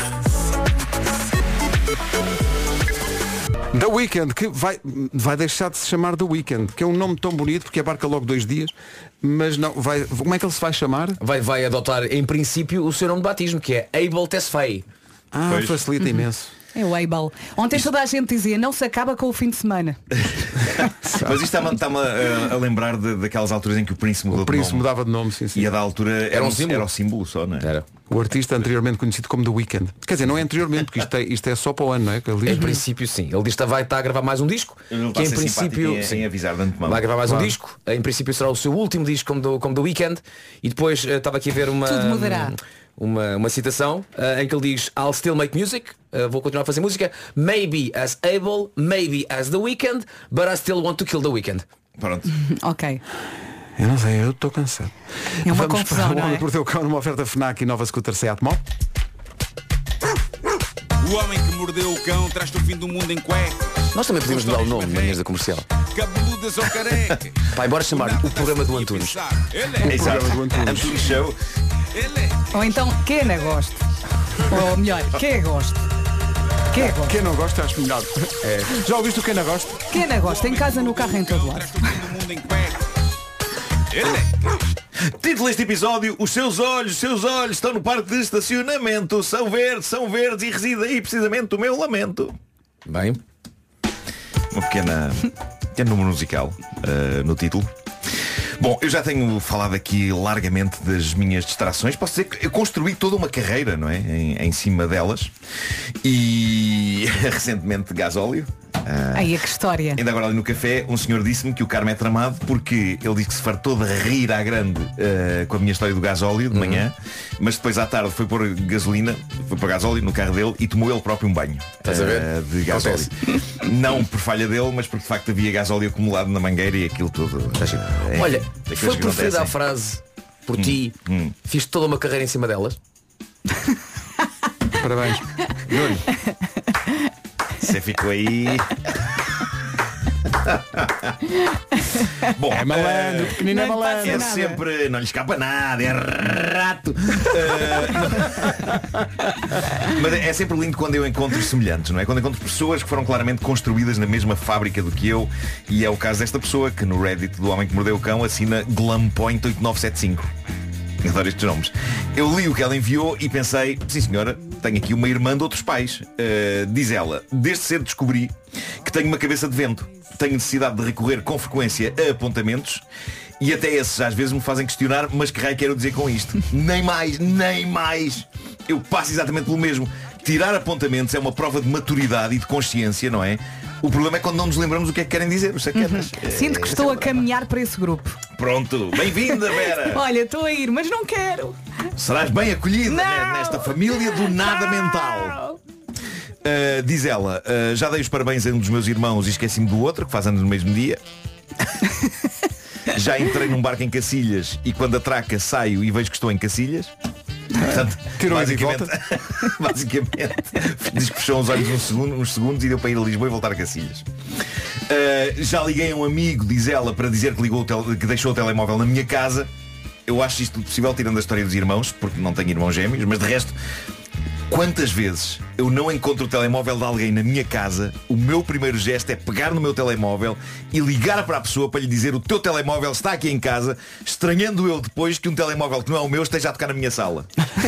Speaker 1: The Weeknd, que vai deixar de se chamar The Weeknd, que é um nome tão bonito porque abarca logo 2 dias, mas não, como é que ele se vai chamar?
Speaker 7: Vai adotar, em princípio, o seu nome de batismo, que é Abel Tesfaye.
Speaker 1: Facilita imenso.
Speaker 3: É o Abel. Ontem toda a gente dizia, não se acaba com o fim de semana.
Speaker 11: Mas isto está-me a lembrar daquelas alturas em que o Príncipe mudou
Speaker 1: O Príncipe
Speaker 11: de nome.
Speaker 1: mudava de nome, sim, sim.
Speaker 11: E a da altura
Speaker 7: Era um símbolo.
Speaker 11: Era o símbolo só, não é?
Speaker 7: Era.
Speaker 1: O artista anteriormente conhecido como The Weeknd. Quer dizer, não é anteriormente, porque isto é só para o ano, não é? Que ele diz.
Speaker 7: Em princípio sim. Ele diz que vai estar a gravar mais um disco.
Speaker 11: Ele
Speaker 7: Que
Speaker 11: está
Speaker 7: em
Speaker 11: a ser simpático
Speaker 7: princípio
Speaker 11: em avisar de antemão.
Speaker 7: vai gravar mais
Speaker 1: Claro.
Speaker 7: um disco. Em princípio será o seu último disco como The Weeknd. E depois estava aqui a ver
Speaker 3: Tudo mudará.
Speaker 7: uma citação em que ele diz I'll still make music, vou continuar a fazer música, maybe as Abel, maybe as The Weeknd, but I still want to kill The Weeknd.
Speaker 11: Pronto.
Speaker 3: Ok.
Speaker 1: Eu não sei, eu estou cansado.
Speaker 3: É uma
Speaker 1: Vamos
Speaker 3: confusão,
Speaker 1: para o
Speaker 3: não
Speaker 1: Homem
Speaker 3: é?
Speaker 1: que Mordeu o Cão numa oferta FNAC e nova scooter Seat Mó.
Speaker 12: O homem que mordeu o cão traz-te o fim do mundo em cuecas.
Speaker 7: Nós também podemos mudar o nome na mesa comercial.
Speaker 12: Cabeludas ou carecas.
Speaker 7: Pai, bora chamar o programa do Antunes.
Speaker 11: Exato.
Speaker 1: programa do Antunes.
Speaker 11: Antunes Show.
Speaker 3: Ou então, quem é gosto? Ou melhor, quem é gosto? Quem é gosto?
Speaker 1: Quem não gosta, acho melhor. Já ouviste o Quem não gosta?
Speaker 3: Quem é gosto? Em casa, no carro, em todo lado.
Speaker 12: Traz-te o fim do mundo em cuecas.
Speaker 11: Título deste episódio: os seus olhos estão no parque de estacionamento. São verdes e reside aí precisamente o meu lamento.
Speaker 7: Bem,
Speaker 11: Uma pequeno número musical no título. Bom, eu já tenho falado aqui largamente das minhas distrações. Posso dizer que eu construí toda uma carreira, não é? Em cima delas. E recentemente gasóleo.
Speaker 3: Aí, que história.
Speaker 11: Ainda agora ali no café, um senhor disse-me que o Carmo é tramado porque ele disse que se fartou de rir à grande com a minha história do gasóleo de manhã, mas depois à tarde foi pôr gasolina, foi pôr gasóleo no carro dele e tomou ele próprio um banho.
Speaker 7: Estás a ver?
Speaker 11: De gasóleo. Não por falha dele, mas porque de facto havia gasóleo acumulado na mangueira e aquilo tudo.
Speaker 7: olha,
Speaker 11: das
Speaker 7: foi
Speaker 11: coisas que
Speaker 7: preferida a
Speaker 11: acontecem.
Speaker 7: frase por ti, fiz toda uma carreira em cima delas.
Speaker 1: Parabéns.
Speaker 11: Nuno, você ficou aí. Bom,
Speaker 1: É malandro, pequenino é
Speaker 3: Não
Speaker 1: malandro.
Speaker 11: é
Speaker 3: nada.
Speaker 11: sempre, não lhe escapa nada, é rato. Mas é sempre lindo quando eu encontro semelhantes, não é? Quando encontro pessoas que foram claramente construídas na mesma fábrica do que eu. E é o caso desta pessoa que no Reddit do Homem que Mordeu o Cão assina Glumpoint8975. Adoro estes nomes. Eu li o que ela enviou e pensei, sim senhora, tenho aqui uma irmã de outros pais. Diz ela: desde cedo descobri que tenho uma cabeça de vento. Tenho necessidade de recorrer com frequência a apontamentos. E até esses às vezes me fazem questionar, mas que raio quero dizer com isto? Nem mais. Eu passo exatamente pelo mesmo. Tirar apontamentos é uma prova de maturidade e de consciência, não é? O problema é quando não nos lembramos o que é que querem dizer, os sacanas.
Speaker 3: Sinto que estou a caminhar para esse grupo.
Speaker 11: Pronto, bem-vinda, Vera.
Speaker 3: Olha, estou a ir, mas não quero.
Speaker 11: Serás bem acolhida
Speaker 3: Não.
Speaker 11: nesta família do nada mental. Diz ela, já dei os parabéns a um dos meus irmãos e esqueci-me do outro, que faz anos no mesmo dia. Já entrei num barco em Cacilhas e quando atraca saio e vejo que estou em Cacilhas. Portanto,
Speaker 1: Tirou a de
Speaker 11: basicamente diz que fechou os olhos uns segundos e deu para ir a Lisboa e voltar a Cacilhas. Já liguei a um amigo, diz ela, para dizer que deixou o telemóvel na minha casa. Eu acho isto possível tirando a história dos irmãos, porque não tenho irmãos gêmeos, mas de resto, quantas vezes eu não encontro o telemóvel de alguém na minha casa, o meu primeiro gesto é pegar no meu telemóvel e ligar para a pessoa para lhe dizer: o teu telemóvel está aqui em casa, estranhando eu depois que um telemóvel que não é o meu esteja a tocar na minha sala.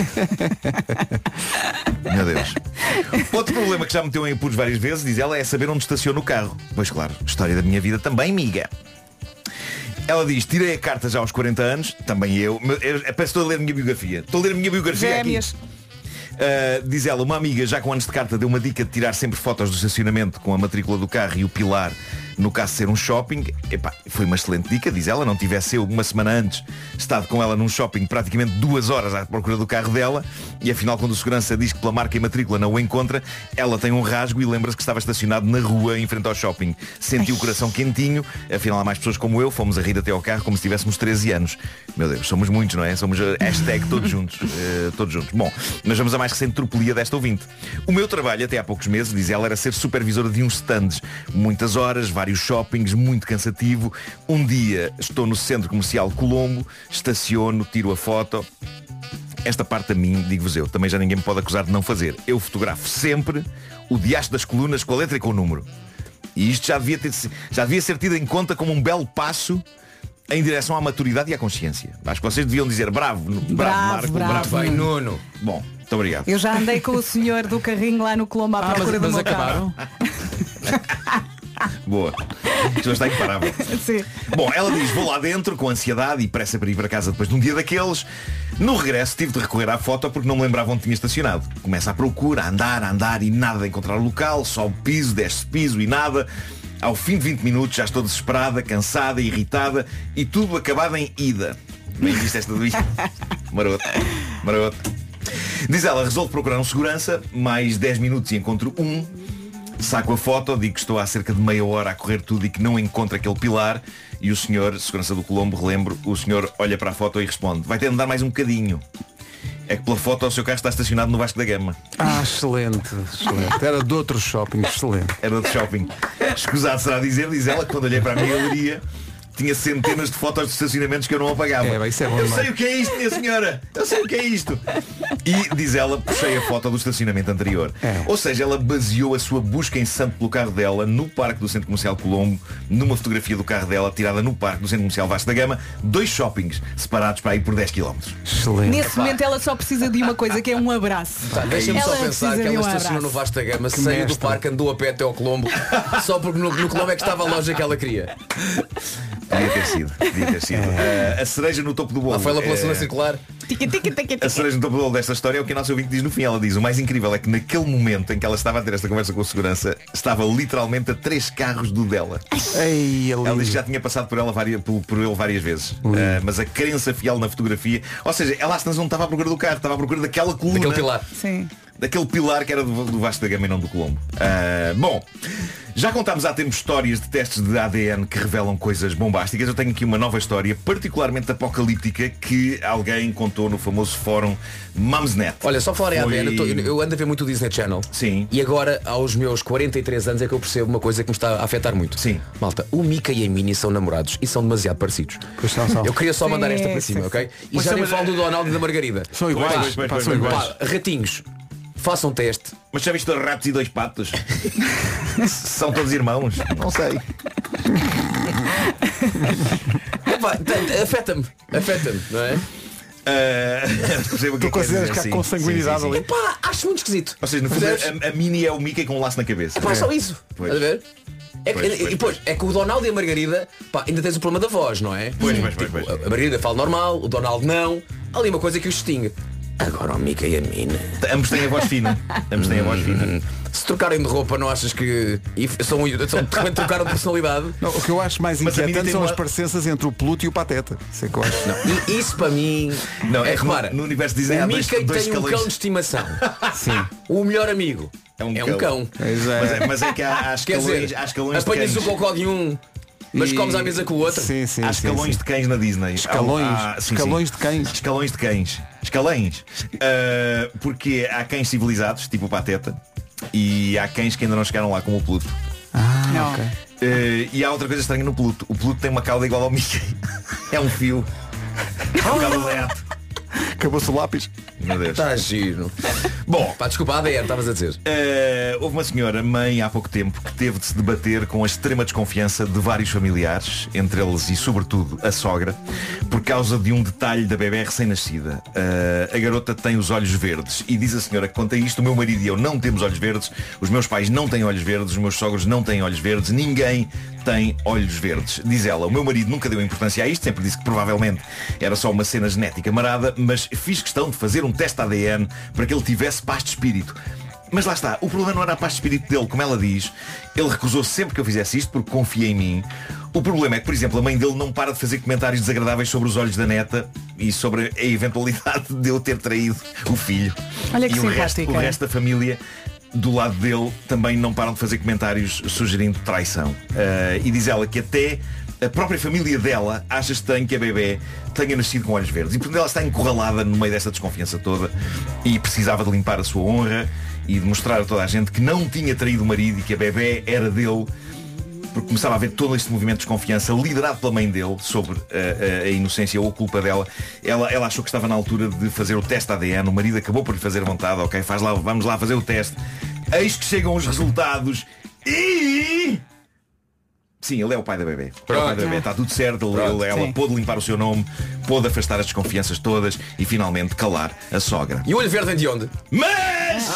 Speaker 11: Meu Deus. Outro problema que já me meteu em apuros várias vezes, diz ela, é saber onde estaciono o carro. Pois claro, história da minha vida também, miga. Ela diz: tirei a carta já aos 40 anos, também eu. Parece que estou a ler a minha biografia. Estou a ler a minha biografia aqui. Diz ela, uma amiga já com anos de carta deu uma dica de tirar sempre fotos do estacionamento com a matrícula do carro e o pilar, no caso de ser um shopping. Epá, foi uma excelente dica, diz ela. Não tivesse eu uma semana antes estado com ela num shopping praticamente 2 horas à procura do carro dela, e afinal quando o segurança diz que pela marca e matrícula não o encontra, ela tem um rasgo e lembra-se que estava estacionado na rua em frente ao shopping. Sentiu o coração quentinho. Afinal há mais pessoas como eu, fomos a rir até ao carro como se tivéssemos 13 anos. Meu Deus, somos muitos, não é? Somos hashtag todos juntos. Todos juntos. Bom, mas vamos a mais recente tropelia desta ouvinte. O meu trabalho até há poucos meses, diz ela, era ser supervisora de uns stands. Muitas horas, vários shoppings, muito cansativo. Um dia estou no centro comercial Colombo, estaciono, tiro a foto. Esta parte a mim, digo-vos eu, também já ninguém me pode acusar de não fazer. Eu fotografo sempre o diacho das colunas com a letra e com o número. E isto já devia ser tido em conta como um belo passo em direção à maturidade e à consciência. Acho que vocês deviam dizer bravo Marco,
Speaker 3: bravo.
Speaker 7: Bem, Nuno.
Speaker 11: Bom, Muito obrigado.
Speaker 3: Eu já andei com o senhor do carrinho lá no Colombo à procura do meu carro.
Speaker 11: Boa. Isto está imparável.
Speaker 3: Sim.
Speaker 11: Bom, ela diz, vou lá dentro com ansiedade e pressa para ir para casa depois de um dia daqueles. No regresso tive de recorrer à foto porque não me lembrava onde tinha estacionado. Começa a procura, a andar e nada de encontrar o local. Sobe piso, desce piso e nada. Ao fim de 20 minutos já estou desesperada, cansada, irritada e tudo acabado em ida. Bem visto esta do isto. Maroto. Diz ela, resolvo procurar um segurança. Mais 10 minutos e encontro um. Saco a foto, digo que estou há cerca de meia hora a correr tudo e que não encontro aquele pilar. E o senhor, segurança do Colombo, relembro, o senhor olha para a foto e responde, vai ter de andar mais um bocadinho. É que pela foto o seu carro está estacionado no Vasco da Gama.
Speaker 1: Excelente. Era de outro shopping, excelente.
Speaker 11: Era de outro shopping. Escusado será dizer, diz ela, que quando olhei para a minha galeria tinha centenas de fotos de estacionamentos que eu não apagava.
Speaker 1: Isso é bom,
Speaker 11: eu sei o que é isto, minha senhora. Eu sei o que é isto. E, diz ela, puxei a foto do estacionamento anterior. Ou seja, ela baseou a sua busca incessante pelo carro dela no parque do Centro Comercial Colombo, numa fotografia do carro dela tirada no parque do Centro Comercial Vasco da Gama, 2 shoppings separados para ir por 10 km.
Speaker 1: Excelente.
Speaker 3: Nesse momento ela só precisa de uma coisa, que é um abraço.
Speaker 7: Deixa-me só
Speaker 3: Ela
Speaker 7: pensar
Speaker 3: precisa
Speaker 7: que
Speaker 3: de
Speaker 7: ela
Speaker 3: um
Speaker 7: estacionou no Vasco da Gama, saiu do parque, andou a pé até ao Colombo, só porque no Colombo é que estava a loja que ela queria.
Speaker 11: Podia ter sido. A cereja no topo do bolo.
Speaker 7: Lá foi ela pela zona circular.
Speaker 11: A cereja no topo do bolo desta história é o que a nossa ouvinte diz no fim. Ela diz, o mais incrível é que naquele momento em que ela estava a ter esta conversa com a segurança, estava literalmente a 3 carros do dela. Ela diz que já tinha passado por ele várias vezes. Mas a crença fiel na fotografia, ou seja, ela não estava à procura do carro, estava à procura daquela coluna.
Speaker 7: Daquele pilar.
Speaker 3: Sim.
Speaker 11: Daquele pilar que era do Vasco da Gama e não do Colombo. Bom, já contámos há tempos histórias de testes de ADN que revelam coisas bombásticas. Eu tenho aqui uma nova história particularmente apocalíptica que alguém contou no famoso fórum Mumsnet.
Speaker 7: Olha, só falar em ADN, eu ando a ver muito o Disney Channel.
Speaker 11: Sim.
Speaker 7: E agora, aos meus 43 anos, é que eu percebo uma coisa que me está a afetar muito.
Speaker 11: Sim.
Speaker 7: Malta, o Mickey e a Minnie são namorados e são demasiado parecidos. Eu queria só mandar esta para cima, ok? E já nem falo do Donald e da Margarida.
Speaker 1: São iguais. São iguais.
Speaker 7: Ratinhos, façam teste.
Speaker 11: Mas já viste 2 ratos e 2 patos? São todos irmãos? Não sei.
Speaker 7: Afeta-me, não é?
Speaker 1: Tu consideras que há consanguinidade ali?
Speaker 7: Epá, acho muito esquisito.
Speaker 11: Ou seja, no fundo, a Minnie é o Mickey com um laço na cabeça.
Speaker 7: Epá, só isso.
Speaker 11: Pois.
Speaker 7: Estás a ver? E depois, é que o Donald e a Margarida, pá, ainda tens o problema da voz, não é?
Speaker 11: Pois.
Speaker 7: A Margarida fala normal, o Donald não. Há ali uma coisa que os distingue. Agora o Mickey e a Minnie.
Speaker 11: Ambos têm a voz fina.
Speaker 7: Se trocarem de roupa, não achas que também trocaram de personalidade?
Speaker 1: Não, o que eu acho mais inquietante são as parecenças entre o Pluto e o Pateta. Sei que eu acho.
Speaker 7: Não, e isso para mim repara,
Speaker 11: no universo dizem
Speaker 7: o Mickey tem um cão de estimação. Sim. O melhor amigo é um cão.
Speaker 11: Mas é que há escalões,
Speaker 7: apanhas o cocó de um, mas comes à mesa com o outro.
Speaker 11: Há escalões de cães na Disney.
Speaker 1: Escalões de cães.
Speaker 11: Escalões de cães. Porque há cães civilizados, tipo o Pateta, e há cães que ainda não chegaram lá, como o Pluto.
Speaker 3: Okay.
Speaker 11: E há outra coisa estranha no Pluto. O Pluto tem uma cauda igual ao Mickey. É um fio. É um cauda de gato.
Speaker 1: Acabou-se o lápis.
Speaker 11: Meu Deus.
Speaker 7: Está giro.
Speaker 11: Bom,
Speaker 7: pá, desculpa, ADN, estavas a dizer.
Speaker 11: Houve uma senhora, mãe, há pouco tempo, que teve de se debater com a extrema desconfiança de vários familiares, entre eles e sobretudo a sogra, por causa de um detalhe da bebé recém-nascida. A garota tem os olhos verdes e diz a senhora que quanto a isto, o meu marido e eu não temos olhos verdes, os meus pais não têm olhos verdes, os meus sogros não têm olhos verdes, ninguém tem olhos verdes. Diz ela, o meu marido nunca deu importância a isto, sempre disse que provavelmente era só uma cena genética marada, mas fiz questão de fazer um teste ADN para que ele tivesse paz de espírito. Mas lá está, o problema não era a paz de espírito dele, como ela diz. Ele recusou sempre que eu fizesse isto porque confia em mim. O problema é que, por exemplo, a mãe dele não para de fazer comentários desagradáveis sobre os olhos da neta e sobre a eventualidade de eu ter traído o filho.
Speaker 3: Olha que
Speaker 11: e o resto da família do lado dele também não param de fazer comentários sugerindo traição. E diz ela que até a própria família dela acha estranho que a bebé tenha nascido com olhos verdes. E portanto ela está encurralada no meio dessa desconfiança toda e precisava de limpar a sua honra e de mostrar a toda a gente que não tinha traído o marido e que a bebé era dele, porque começava a haver todo este movimento de desconfiança liderado pela mãe dele sobre a inocência ou a culpa dela. Ela achou que estava na altura de fazer o teste ADN. O marido acabou por lhe fazer vontade. Ok, vamos lá fazer o teste. Eis que chegam os resultados e Sim, ele é o pai da bebê.
Speaker 7: Pronto.
Speaker 11: É o pai da bebê. Está tudo certo. Ela
Speaker 3: Sim.
Speaker 11: pôde limpar o seu nome, pôde afastar as desconfianças todas e finalmente calar a sogra.
Speaker 7: E o olho verde vem de onde?
Speaker 11: Mas!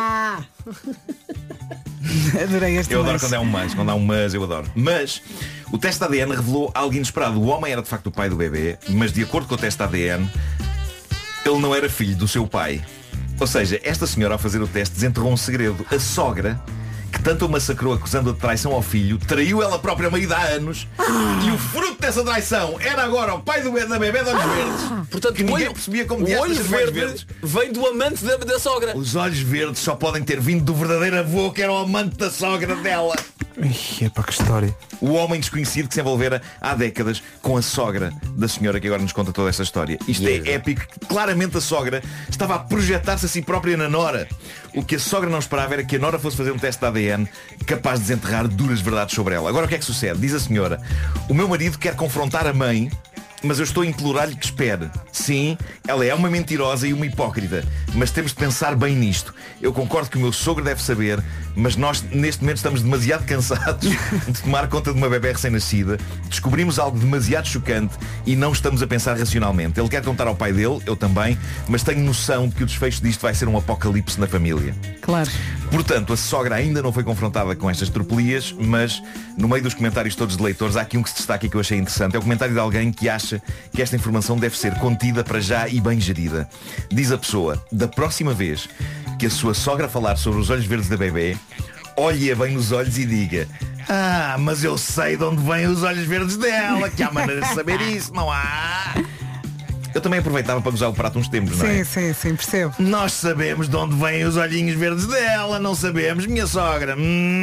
Speaker 3: Adorei este
Speaker 11: Eu adoro
Speaker 3: mas.
Speaker 11: quando é um mas. Quando há um mas, eu adoro. Mas o teste de ADN revelou algo inesperado. O homem era de facto o pai do bebê, mas de acordo com o teste de ADN, ele não era filho do seu pai. Ou seja, esta senhora ao fazer o teste desenterrou um segredo. A sogra, que tanto o massacrou acusando-a de traição ao filho, traiu ela própria marido há anos e o fruto dessa traição era agora o pai da bebê de olhos verdes.
Speaker 7: Portanto,
Speaker 11: que ninguém percebia como
Speaker 7: o olho
Speaker 11: olhos
Speaker 7: verde
Speaker 11: verdes.
Speaker 7: vem do amante da sogra.
Speaker 11: Os olhos verdes só podem ter vindo do verdadeiro avô, que era o amante da sogra dela.
Speaker 1: Epa, que história.
Speaker 11: O homem desconhecido que se envolvera há décadas com a sogra da senhora que agora nos conta toda esta história. Isto é épico. Claramente a sogra estava a projetar-se a si própria na nora. O que a sogra não esperava era que a nora fosse fazer um teste de ADN capaz de desenterrar duras verdades sobre ela. Agora o que é que sucede? Diz a senhora: o meu marido quer confrontar a mãe, mas eu estou a implorar-lhe que espere. Sim, ela é uma mentirosa e uma hipócrita, mas temos de pensar bem nisto. Eu concordo que o meu sogro deve saber, mas nós neste momento estamos demasiado cansados de tomar conta de uma bebé recém-nascida. Descobrimos algo demasiado chocante e não estamos a pensar racionalmente. Ele quer contar ao pai dele, eu também, mas tenho noção de que o desfecho disto vai ser um apocalipse na família.
Speaker 3: Claro.
Speaker 11: Portanto, a sogra ainda não foi confrontada com estas tropelias, mas no meio dos comentários todos de leitores há aqui um que se destaca e que eu achei interessante. É o comentário de alguém que acha que esta informação deve ser contida para já e bem gerida. Diz a pessoa: da próxima vez que a sua sogra falar sobre os olhos verdes da bebê, olhe-a bem nos olhos e diga: ah, mas eu sei de onde vêm os olhos verdes dela, que há maneira de saber isso, não há? Eu também aproveitava para gozar o prato uns tempos, não é?
Speaker 3: Sim, percebo.
Speaker 11: Nós sabemos de onde vêm os olhinhos verdes dela, não sabemos, minha sogra.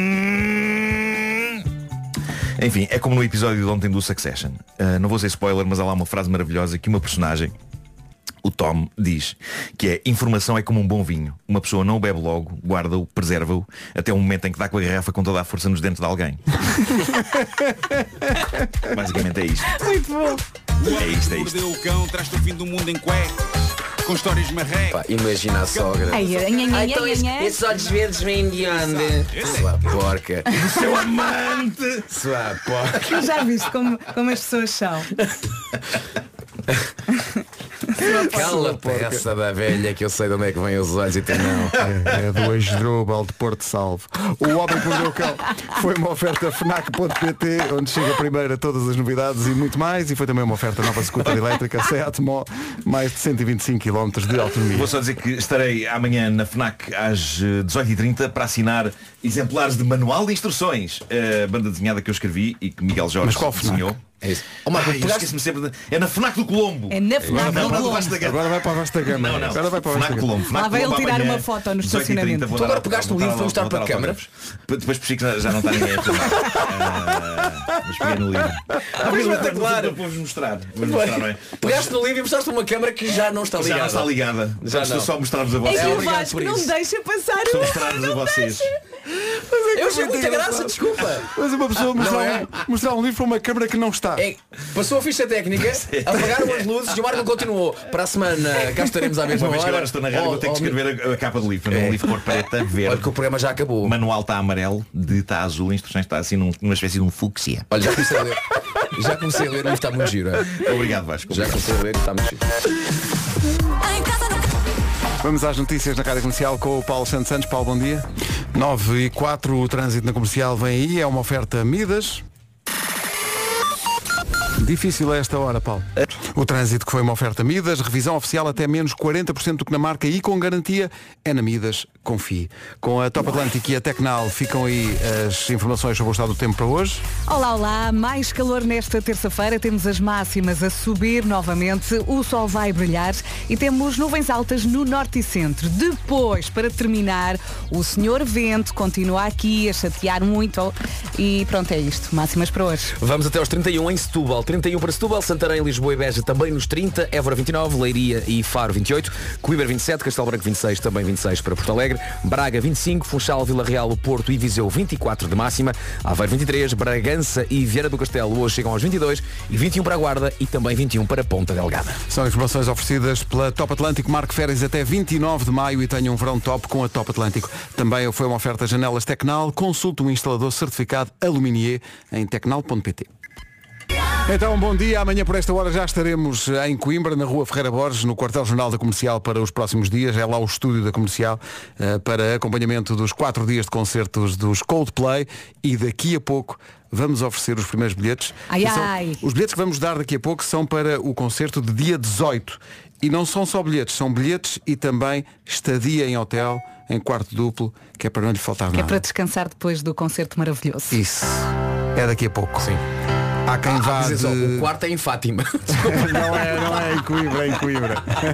Speaker 11: Enfim, é como no episódio de ontem do Succession. Não vou ser spoiler, mas há lá uma frase maravilhosa que uma personagem, o Tom, diz, que é: informação é como um bom vinho. Uma pessoa não o bebe logo, guarda-o, preserva-o, até o momento em que dá com a garrafa com toda a força nos dentes de alguém. Basicamente é isto.
Speaker 3: Muito bom.
Speaker 11: É isto, é isto.
Speaker 12: Mordeu o cão, traz-te o fim do mundo em cuecas, com histórias marrecas.
Speaker 7: Pá, imagina a sogra.
Speaker 13: Esses olhos verdes vêm de onde?
Speaker 7: Sua porca.
Speaker 11: O seu amante.
Speaker 7: Sua porca.
Speaker 3: Já viste como as pessoas são.
Speaker 7: Aquela peça da velha que eu sei de onde é que vem os olhos e tu não.
Speaker 1: É do Asdrubal de Porto Salvo. O Homem que Mordeu o Cão foi uma oferta FNAC.pt, onde chega primeiro a todas as novidades e muito mais. E foi também uma oferta nova scooter elétrica Seat Mó, mais de 125 km de autonomia.
Speaker 11: Vou só dizer que estarei amanhã na FNAC às 18h30 para assinar exemplares de manual de instruções, a banda desenhada que eu escrevi e que Miguel Jorge
Speaker 1: Mas qual FNAC?
Speaker 11: desenhou.
Speaker 7: É isso. Oh, Marco,
Speaker 11: eu esqueço-me sempre de... É na FNAC do Colombo.
Speaker 3: É na FNAC
Speaker 11: Não,
Speaker 3: do
Speaker 11: do
Speaker 3: Colombo.
Speaker 11: Vasta Gama.
Speaker 1: Agora vai para a Vasta Gama.
Speaker 11: Não.
Speaker 1: Agora vai para a Vasta
Speaker 11: FNAC
Speaker 1: Gama.
Speaker 11: Colombo. FNAC
Speaker 3: Lá vai ele
Speaker 11: Colombo
Speaker 3: tirar
Speaker 11: amanhã,
Speaker 3: uma foto no
Speaker 11: 18h30,
Speaker 3: estacionamento.
Speaker 11: vou
Speaker 7: Tu
Speaker 11: dar
Speaker 7: agora pegaste no livro,
Speaker 11: vou
Speaker 7: foi mostrar
Speaker 11: dar
Speaker 7: para a câmara?
Speaker 11: Depois percebi que já não está ninguém a filmar. Mas peguei no livro.
Speaker 7: espetacular.
Speaker 11: Vou-vos mostrar. Vou-vos mostrar, não é?
Speaker 7: Pegaste no livro e mostraste uma câmara que já não está
Speaker 11: Já
Speaker 7: ligada.
Speaker 11: não está ligada.
Speaker 7: Já
Speaker 11: Estou
Speaker 7: não.
Speaker 11: só a mostrar-vos a
Speaker 3: É
Speaker 11: vocês.
Speaker 3: que o
Speaker 7: obrigado
Speaker 3: Vasco
Speaker 7: por
Speaker 3: não
Speaker 7: isso.
Speaker 3: deixa passar
Speaker 11: Estou a
Speaker 3: o...
Speaker 11: mostrar-vos a vocês.
Speaker 7: Eu achei muita graça, desculpa.
Speaker 1: Mas uma pessoa
Speaker 7: Não é?
Speaker 1: mostrar um livro para uma câmara que não está.
Speaker 7: É, passou a ficha técnica, apagaram as luzes e o Marco continuou. Para a semana cá estaremos à mesma
Speaker 11: Uma vez que
Speaker 7: hora.
Speaker 11: agora estou na rádio, vou ter que escrever a capa do livro. Um livro cor preta,
Speaker 7: Olha
Speaker 11: verde.
Speaker 7: que o programa já acabou.
Speaker 11: O manual está amarelo, está azul, a instruções está assim numa espécie de um fúcsia.
Speaker 7: Olha, já comecei a ler. Já comecei a ler, mas está muito giro. É?
Speaker 11: Obrigado, Vasco.
Speaker 7: Já comecei a ler, está muito giro.
Speaker 1: Vamos às notícias na Rádio Comercial com o Paulo Santos. Paulo, bom dia. 9h04, o trânsito na Comercial vem aí, é uma oferta Midas. Difícil a esta hora, Paulo. O trânsito que foi uma oferta Midas, revisão oficial até menos 40% do que na marca e com garantia é na Midas, confie. Com a Top Atlântico e a Tecnal ficam aí as informações sobre o estado do tempo para hoje.
Speaker 3: Olá, mais calor nesta terça-feira, temos as máximas a subir novamente, o sol vai brilhar e temos nuvens altas no norte e centro. Depois, para terminar, o senhor vento continua aqui a chatear muito e pronto, é isto, máximas para hoje.
Speaker 7: Vamos até aos 31 em Setúbal. 31 para Setúbal, Santarém, Lisboa e Beja também nos 30, Évora 29, Leiria e Faro 28, Coimbra 27, Castelo Branco 26, também 26 para Porto Alegre, Braga 25, Funchal, Vila Real, o Porto e Viseu 24 de máxima, Aveiro 23, Bragança e Vieira do Castelo hoje chegam aos 22 e 21 para a Guarda e também 21 para Ponta Delgada.
Speaker 1: São informações oferecidas pela Top Atlântico. Marque férias até 29 de maio e tenha um verão top com a Top Atlântico. Também foi uma oferta Janelas Tecnal. Consulte um instalador certificado Aluminier em tecnal.pt. Então, bom dia. Amanhã por esta hora já estaremos em Coimbra, na Rua Ferreira Borges, no quartel-jornal da Comercial para os próximos dias. É lá o estúdio da Comercial para acompanhamento dos 4 dias de concertos dos Coldplay e daqui a pouco vamos oferecer os primeiros bilhetes. Os bilhetes que vamos dar daqui a pouco são para o concerto de dia 18. E não são só bilhetes, são bilhetes e também estadia em hotel, em quarto duplo, que é para não lhe faltar nada.
Speaker 3: É para descansar depois do concerto maravilhoso.
Speaker 1: Isso. É daqui a pouco.
Speaker 7: Sim.
Speaker 1: Há quem vá
Speaker 7: dizer
Speaker 1: de...
Speaker 7: só, o quarto é em Fátima.
Speaker 1: não é em Coimbra, é em Coimbra.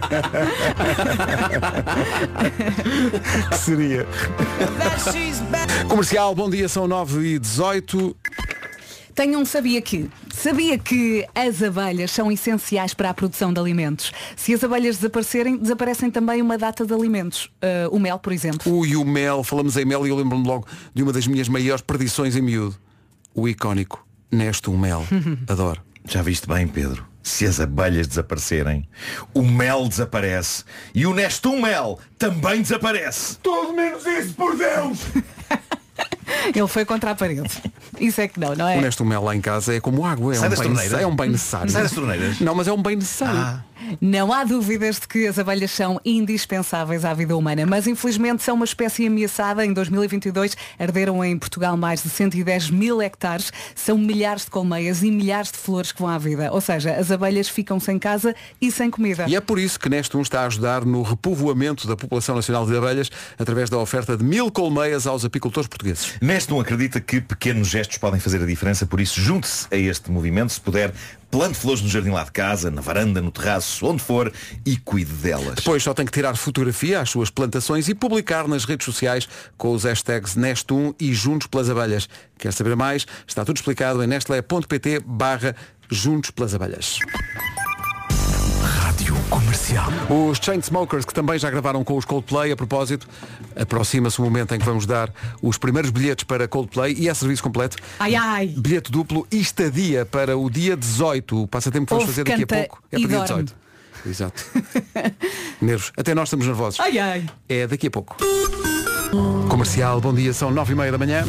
Speaker 1: Que seria? Comercial, bom dia, são 9h18.
Speaker 3: Tenho um sabia que as abelhas são essenciais para a produção de alimentos. Se as abelhas desaparecerem, desaparecem também uma data de alimentos. O mel, por exemplo.
Speaker 1: E o mel, falamos em mel e eu lembro-me logo de uma das minhas maiores perdições em miúdo. O icónico Nestum Mel. Adoro.
Speaker 11: Já viste bem, Pedro? Se as abelhas desaparecerem, o mel desaparece e o Nestum Mel também desaparece.
Speaker 1: Tudo menos isso, por Deus!
Speaker 3: Ele foi contra a parede. Isso é que não é?
Speaker 1: O Nestum Mel lá em casa é como água, é um bem necessário.
Speaker 11: Sai das torneiras?
Speaker 1: Não, mas é um bem necessário.
Speaker 3: Não há dúvidas de que as abelhas são indispensáveis à vida humana, mas infelizmente são uma espécie ameaçada. Em 2022 arderam em Portugal mais de 110 mil hectares, são milhares de colmeias e milhares de flores que vão à vida. Ou seja, as abelhas ficam sem casa e sem comida.
Speaker 1: E é por isso que Nestum está a ajudar no repovoamento da população nacional de abelhas através da oferta de 1000 colmeias aos apicultores portugueses.
Speaker 11: Nestum acredita que pequenos gestos podem fazer a diferença, por isso junte-se a este movimento. Se puder, plante flores no jardim lá de casa, na varanda, no terraço, onde for, e cuide delas.
Speaker 1: Depois só tem que tirar fotografia às suas plantações e publicar nas redes sociais com os hashtags Nestum e Juntos pelas Abelhas. Quer saber mais? Está tudo explicado em nestlé.pt/Juntos pelas Abelhas.
Speaker 4: Rádio Comercial.
Speaker 1: Os Chainsmokers, que também já gravaram com os Coldplay. A propósito, aproxima-se o momento em que vamos dar os primeiros bilhetes para Coldplay e é serviço completo. Bilhete duplo e estadia para o dia 18. O passatempo que vamos fazer daqui a pouco é para o dia 18. Exato. Nervos. Até nós estamos nervosos. É daqui a pouco. Comercial, bom dia, são 9h30 da manhã.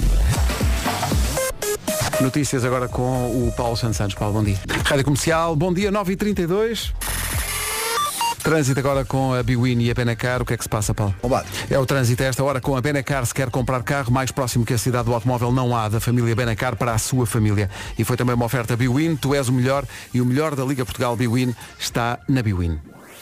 Speaker 1: Notícias agora com o Paulo Santos. Paulo, bom dia. Rádio Comercial, bom dia, 9h32. Trânsito agora com a Biwin e a Benacar. O que é que se passa, Paulo? É o trânsito a esta hora com a Benacar. Se quer comprar carro, mais próximo que a cidade do automóvel não há, da família Benacar para a sua família. E foi também uma oferta Biwin. Tu és o melhor e o melhor da Liga Portugal Biwin está na Biwin.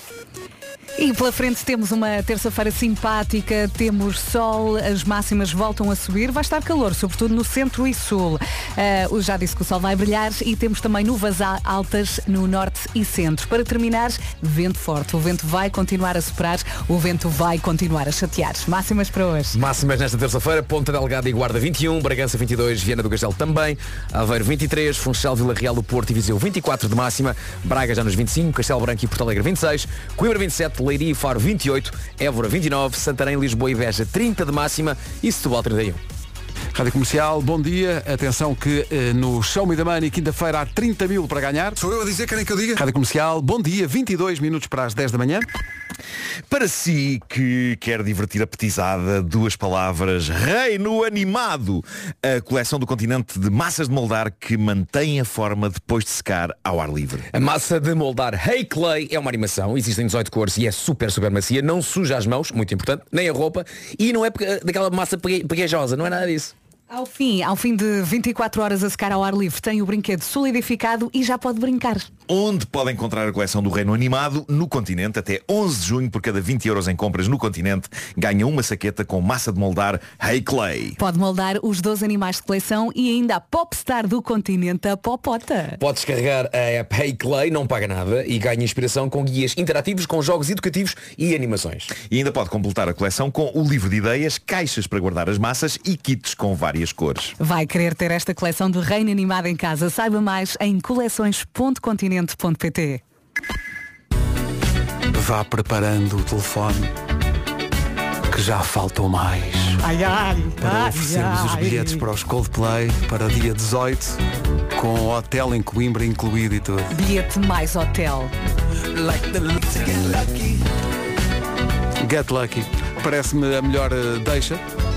Speaker 3: E pela frente temos uma terça-feira simpática, temos sol, as máximas voltam a subir, vai estar calor, sobretudo no centro e sul. Já disse que o sol vai brilhar e temos também nuvens altas no norte e centro. Para terminar, vento forte. O vento vai continuar a soprar, o vento vai continuar a chatear. Máximas para hoje.
Speaker 7: Máximas nesta terça-feira, Ponta Delgada e Guarda 21, Bragança 22, Viana do Castelo também, Aveiro 23, Funchal, Vila Real, o Porto e Viseu 24 de máxima, Braga já nos 25, Castelo Branco e Porto Alegre 26, Coimbra 27, Leiria e Faro 28, Évora 29, Santarém, Lisboa e Beja 30 de máxima e Setúbal 31.
Speaker 1: Rádio Comercial, bom dia. Atenção que no Show Me the Money, quinta-feira, há 30 mil para ganhar.
Speaker 4: Sou eu a dizer, querem que eu diga?
Speaker 1: Rádio Comercial, bom dia, 22 minutos para as 10 da manhã.
Speaker 11: Para si que quer divertir a petizada, 2 palavras: Reino Animado. A coleção do Continente de massas de moldar que mantém a forma depois de secar ao ar livre.
Speaker 7: A massa de moldar Hey Clay é uma animação, existem 18 cores e é super macia, não suja as mãos, muito importante, nem a roupa, e não é daquela massa pegajosa, não é nada disso.
Speaker 3: Ao fim de 24 horas a secar ao ar livre, tem o brinquedo solidificado e já pode brincar.
Speaker 11: Onde pode encontrar a coleção do Reino Animado? No Continente, até 11 de junho, por cada 20 euros em compras no Continente, ganha uma saqueta com massa de moldar Hey Clay.
Speaker 3: Pode moldar os 12 animais de coleção e ainda a Popstar do Continente, a Popota.
Speaker 7: Pode descarregar a app Hey Clay, não paga nada e ganha inspiração com guias interativos, com jogos educativos e animações.
Speaker 11: E ainda pode completar a coleção com o livro de ideias, caixas para guardar as massas e kits com várias cores.
Speaker 3: Vai querer ter esta coleção de Reino Animado em casa. Saiba mais em coleções.continente.pt.
Speaker 1: vá preparando o telefone, que já faltam mais. Para oferecermos os bilhetes para os Coldplay para dia 18, com hotel em Coimbra incluído e tudo.
Speaker 3: Bilhete mais hotel.
Speaker 1: Get Lucky. Parece-me a melhor deixa.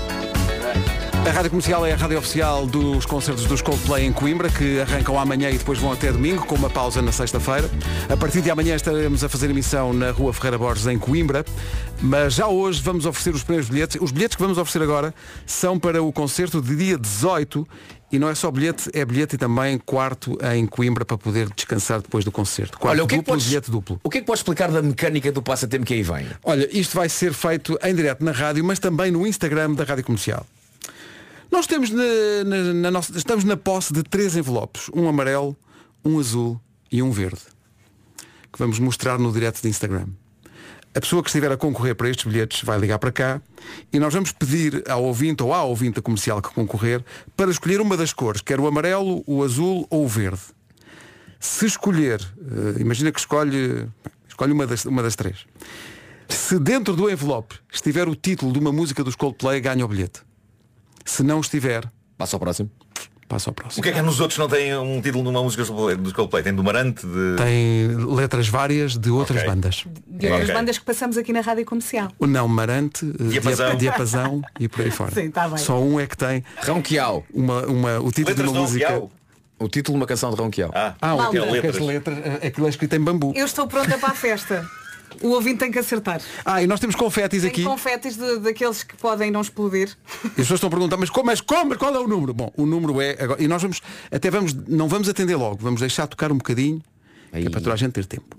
Speaker 1: A Rádio Comercial é a rádio oficial dos concertos dos Coldplay em Coimbra, que arrancam amanhã e depois vão até domingo, com uma pausa na sexta-feira. A partir de amanhã estaremos a fazer emissão na Rua Ferreira Borges, em Coimbra. Mas já hoje vamos oferecer os primeiros bilhetes. Os bilhetes que vamos oferecer agora são para o concerto de dia 18. E não é só bilhete, é bilhete e também quarto em Coimbra para poder descansar depois do concerto. Quarto duplo, bilhete duplo.
Speaker 7: O que é que podes explicar da mecânica do passatempo que aí vem?
Speaker 1: Olha, isto vai ser feito em direto na rádio, mas também no Instagram da Rádio Comercial. Nós temos estamos na posse de 3 envelopes, um amarelo, um azul e um verde, que vamos mostrar no direto de Instagram. A pessoa que estiver a concorrer para estes bilhetes vai ligar para cá e nós vamos pedir ao ouvinte ou à ouvinte da comercial que concorrer para escolher uma das cores, quer o amarelo, o azul ou o verde. Se escolher, imagina que escolhe uma das 3. Se dentro do envelope estiver o título de uma música dos Coldplay, ganha o bilhete. Se não estiver,
Speaker 7: passa ao próximo.
Speaker 1: Passa ao próximo.
Speaker 11: O que é que nos outros não têm um título de uma música dos Coldplay? Tem do Marante?
Speaker 1: Tem letras várias de outras bandas.
Speaker 3: De outras bandas que passamos aqui na Rádio Comercial.
Speaker 1: O não Marante,
Speaker 11: Diapasão
Speaker 1: e por aí fora.
Speaker 3: Sim, tá bem.
Speaker 1: Só um é que tem
Speaker 7: Ronquial.
Speaker 1: O título
Speaker 11: letras
Speaker 1: de uma música.
Speaker 7: O título de uma canção de Ronquial.
Speaker 1: Aquilo é escrito em bambu.
Speaker 3: Eu estou pronta para a festa. O ouvinte tem que acertar.
Speaker 1: E nós temos confetis aqui.
Speaker 3: Confetis daqueles que podem não explodir.
Speaker 1: E as pessoas estão a perguntar, mas qual é o número? Bom, o número é agora, e nós não vamos atender logo, vamos deixar tocar um bocadinho, que é para toda a gente ter tempo.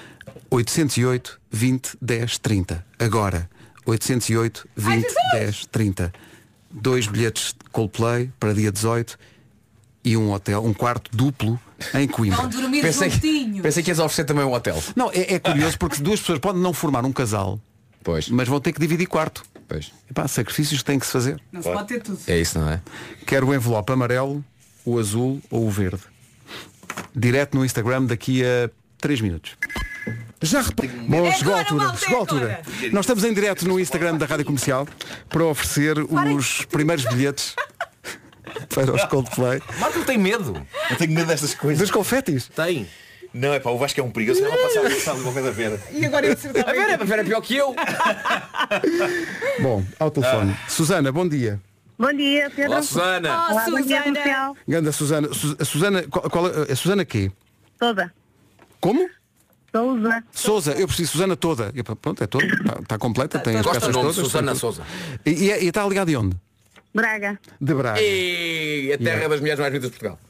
Speaker 1: 808 20 10 30. Agora, 808 20 10 30. 2 bilhetes de Coldplay para dia 18 e um hotel, um quarto duplo em Coimbra.
Speaker 3: Vão dormir juntinhos.
Speaker 7: Pensei que ias oferecer também um hotel.
Speaker 1: Não, é curioso porque 2 pessoas podem não formar um casal, mas vão ter que dividir quarto. Sacrifícios têm que se fazer.
Speaker 3: Não se pode ter tudo.
Speaker 7: É isso, não é?
Speaker 1: Quero o envelope amarelo, o azul ou o verde. Direto no Instagram daqui a 3 minutos. Já Bom, chegou a altura. Nós estamos em direto no Instagram da Rádio Comercial para oferecer os primeiros bilhetes para os Coldplay.
Speaker 7: Marco tem medo.
Speaker 11: Eu tenho medo destas coisas.
Speaker 1: Dos confetis?
Speaker 7: Tem.
Speaker 11: Não, é pá, o Vasco é um perigoso. Não vou passar ali ao pé da Vera.
Speaker 3: E agora eu acertava.
Speaker 7: A Vera é pior que eu.
Speaker 1: Bom, ao telefone. Susana, bom dia.
Speaker 14: Bom dia, Pedro.
Speaker 7: Olá, Susana.
Speaker 14: Olá, bom dia, comercial.
Speaker 1: Ganda Susana. Susana, a Susana quê?
Speaker 14: Toda.
Speaker 1: Como?
Speaker 14: Sousa.
Speaker 1: Eu preciso Susana toda. Pronto, é toda. Está completa, tem as peças todas.
Speaker 7: Susana Sousa.
Speaker 1: E está ligado de onde?
Speaker 14: Braga.
Speaker 1: De Braga.
Speaker 7: E a terra das mulheres mais bonitas de Portugal.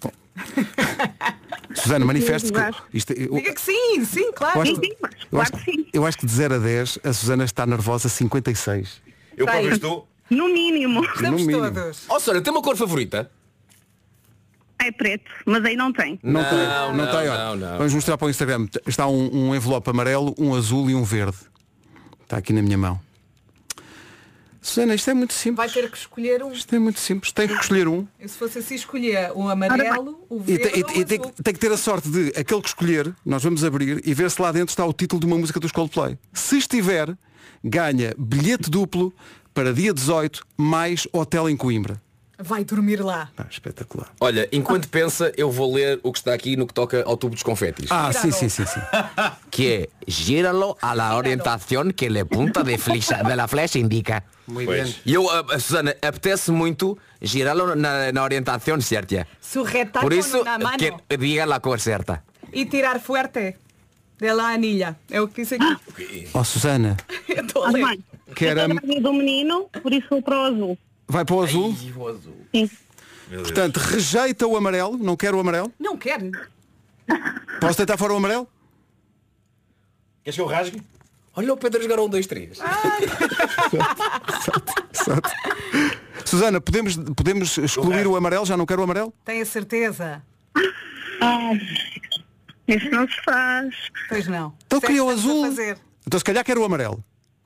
Speaker 1: Susana, manifeste que
Speaker 3: diga que sim, claro.
Speaker 1: Eu acho que de 0 a 10 a Susana está nervosa 56.
Speaker 11: Eu próprio estou.
Speaker 14: No mínimo.
Speaker 3: Estamos todos.
Speaker 7: Susana, tem uma cor favorita?
Speaker 14: É preto, mas aí não tem.
Speaker 1: Não tem. Vamos mostrar para o Instagram. Está um envelope amarelo, um azul e um verde. Está aqui na minha mão. Susana, isto é muito simples.
Speaker 3: Vai ter que escolher um.
Speaker 1: Isto é muito simples. Tem que escolher um.
Speaker 3: Eu, se fosse assim, escolher o amarelo, o verde
Speaker 1: e tem que ter a sorte de aquele que escolher, nós vamos abrir e ver se lá dentro está o título de uma música dos Coldplay. Se estiver, ganha bilhete duplo para dia 18 mais hotel em Coimbra.
Speaker 3: Vai dormir lá.
Speaker 1: Espetacular.
Speaker 7: Olha, enquanto pensa, eu vou ler o que está aqui no que toca ao tubo dos confetis.
Speaker 1: Sim.
Speaker 7: Que é gíralo a la orientación que le punta de la flecha indica.
Speaker 1: Muito bem.
Speaker 7: E eu, Susana, apetece muito girá-lo na orientação certa.
Speaker 3: Sujetar
Speaker 7: por isso,
Speaker 3: na mano.
Speaker 7: que diga a cor certa.
Speaker 3: E tirar fuerte de la anilha. É o que disse aqui.
Speaker 1: Susana.
Speaker 3: Eu estou a ler.
Speaker 14: Do menino, por isso vou para o azul.
Speaker 1: Vai para o azul?
Speaker 14: Sim.
Speaker 1: Portanto, rejeita o amarelo. Não quer o amarelo?
Speaker 3: Não quero.
Speaker 1: Posso tentar fora o amarelo?
Speaker 11: Queres que eu rasgue?
Speaker 7: Olha o Pedro jogar 1, 2, 3.
Speaker 1: Susana, podemos excluir o amarelo? Já não quero o amarelo?
Speaker 3: Tenho a certeza.
Speaker 14: Isso não se faz.
Speaker 3: Pois não.
Speaker 1: Então queria o azul. Então se calhar quero o amarelo.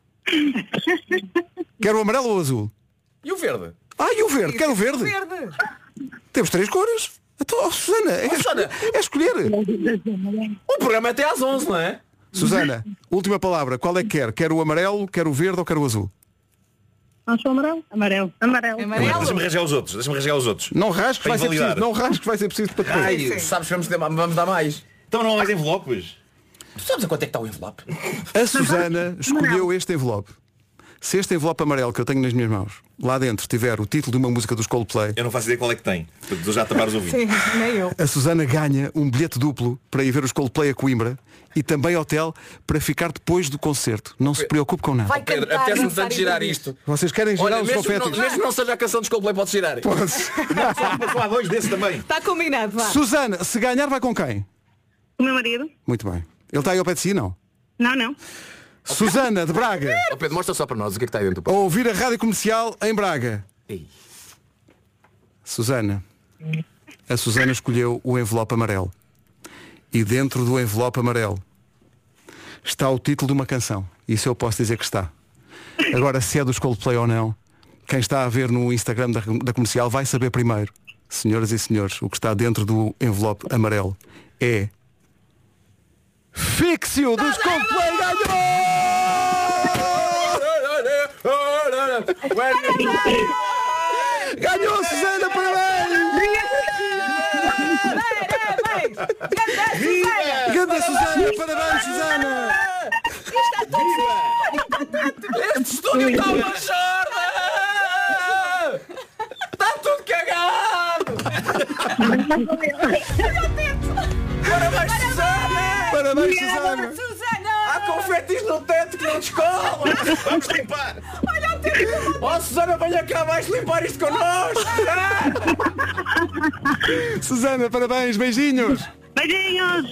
Speaker 1: Quero o amarelo ou o azul?
Speaker 7: E o verde?
Speaker 1: E o verde? Quero o verde? Temos 3 cores. Então, Susana, é escolher.
Speaker 7: O programa é até às 11, não é?
Speaker 1: Susana, última palavra. Qual é que quer? Quer o amarelo, quer o verde ou quer o azul?
Speaker 14: Acho amarelo. Amarelo.
Speaker 11: Deixa-me rasgar os outros.
Speaker 1: Não rasques, vai ser preciso. Não rasques, vai ser preciso para depois.
Speaker 7: Ai, sabes que vamos dar mais.
Speaker 11: Então não há mais envelopes.
Speaker 7: Tu sabes a quanto é que está o envelope?
Speaker 1: A Susana escolheu este envelope. Se este envelope amarelo que eu tenho nas minhas mãos, lá dentro tiver o título de uma música dos Coldplay,
Speaker 11: eu não faço ideia qual é que tem. Estou já a tapar os ouvidos.
Speaker 3: Sim, nem eu.
Speaker 1: A Susana ganha um bilhete duplo para ir ver os Coldplay a Coimbra e também hotel para ficar depois do concerto. Não se preocupe com nada.
Speaker 3: Vai cantar,
Speaker 7: Pedro, apetece-me tanto girar isto.
Speaker 1: Vocês querem girar os confetes?
Speaker 7: Mesmo não seja a canção dos Coldplay, pode girar.
Speaker 1: Pode.
Speaker 11: Só há dois desses também.
Speaker 3: Está combinado, vá.
Speaker 1: Susana, se ganhar vai com quem?
Speaker 14: O meu marido?
Speaker 1: Muito bem. Ele está aí ao pé de si, não?
Speaker 14: Não.
Speaker 1: Susana de Braga.
Speaker 7: Oh, Pedro, mostra só para nós o que é que está aí dentro.
Speaker 1: A ouvir a rádio comercial em Braga.
Speaker 7: Ei.
Speaker 1: Susana. A Susana escolheu o envelope amarelo. E dentro do envelope amarelo está o título de uma canção. Isso eu posso dizer que está. Agora, se é dos Coldplay ou não, quem está a ver no Instagram da comercial vai saber primeiro. Senhoras e senhores, o que está dentro do envelope amarelo é Fixio dos Coldplay ganhou, Susana, parabéns! Ganda Susana, parabéns, Susana!
Speaker 7: Este estúdio está uma chorda! Está tudo cagado! Parabéns, Susana!
Speaker 1: Parabéns, Susana!
Speaker 7: Há confetis no teto que não descolam!
Speaker 11: Vamos limpar!
Speaker 3: Olha o teto!
Speaker 7: Oh, Susana, venha cá abaixo limpar isto connosco!
Speaker 1: Susana, parabéns, beijinhos!
Speaker 14: Beijinhos!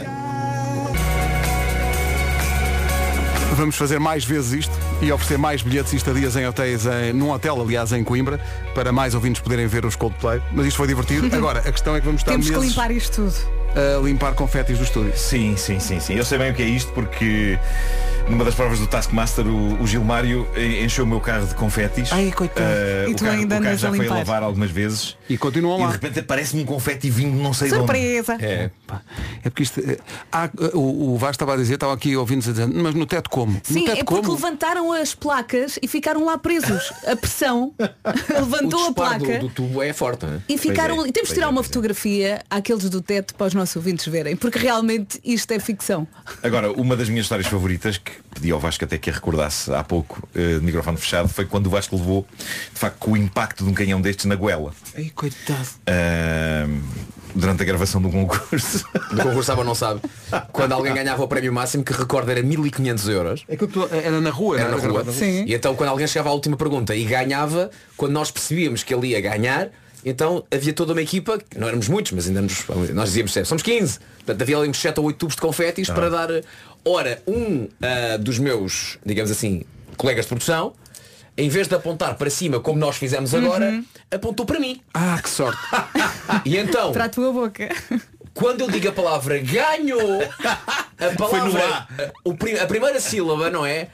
Speaker 1: Vamos fazer mais vezes isto e oferecer mais bilhetes e estadias em hotéis, num hotel, aliás, em Coimbra, para mais ouvintes poderem ver os Coldplay. Mas isto foi divertido. Agora, a questão é que vamos estar
Speaker 3: Temos que
Speaker 1: meses
Speaker 3: limpar isto tudo.
Speaker 1: a limpar confetis do estúdio.
Speaker 11: Sim. Eu sei bem o que é isto porque numa das provas do Taskmaster o Gilmário encheu o meu carro de confetis.
Speaker 1: Ai, coitado.
Speaker 3: E tu
Speaker 11: o carro,
Speaker 3: ainda
Speaker 11: o carro
Speaker 3: andas
Speaker 11: já
Speaker 3: a
Speaker 11: foi a
Speaker 3: limpar.
Speaker 11: lavar algumas vezes.
Speaker 1: E continuam
Speaker 11: E
Speaker 1: lá.
Speaker 11: de repente aparece-me um confeti vindo não sei
Speaker 3: Surpresa!
Speaker 1: É porque isto. O Vasco estava a dizer, estava aqui ouvindo-nos a dizer, mas no teto como?
Speaker 3: Sim,
Speaker 1: no teto
Speaker 3: é porque
Speaker 1: como?
Speaker 3: levantaram as placas e ficaram lá presos. A pressão levantou a placa
Speaker 7: do tubo é forte, não é?
Speaker 3: e ficaram.
Speaker 11: é,
Speaker 3: E temos de tirar uma fotografia àqueles do teto para os nossos ouvintes verem, porque realmente isto é ficção.
Speaker 11: Agora, uma das minhas histórias favoritas, que pedi ao Vasco até que a recordasse há pouco, de microfone fechado, foi quando o Vasco levou, de facto, com o impacto de um canhão destes na goela.
Speaker 1: Ai, coitado.
Speaker 11: Durante a gravação de um concurso.
Speaker 7: Do concurso sabe ou não sabe. Quando alguém ganhava o prémio máximo, que recordo era 1.500 euros.
Speaker 1: É que era na rua,
Speaker 7: Era na rua.
Speaker 3: Sim.
Speaker 7: E então quando alguém chegava à última pergunta e ganhava, quando nós percebíamos que ele ia ganhar, então havia toda uma equipa, não éramos muitos, mas ainda nós dizíamos, somos 15. Portanto, havia ali uns 7 ou 8 tubos de confetis para dar. Ora, dos meus, digamos assim, colegas de produção, em vez de apontar para cima como nós fizemos agora, apontou para mim.
Speaker 1: Ah, que sorte.
Speaker 7: E então,
Speaker 3: Para a tua boca.
Speaker 7: quando eu digo a palavra ganhou, a palavra, a primeira sílaba, não é?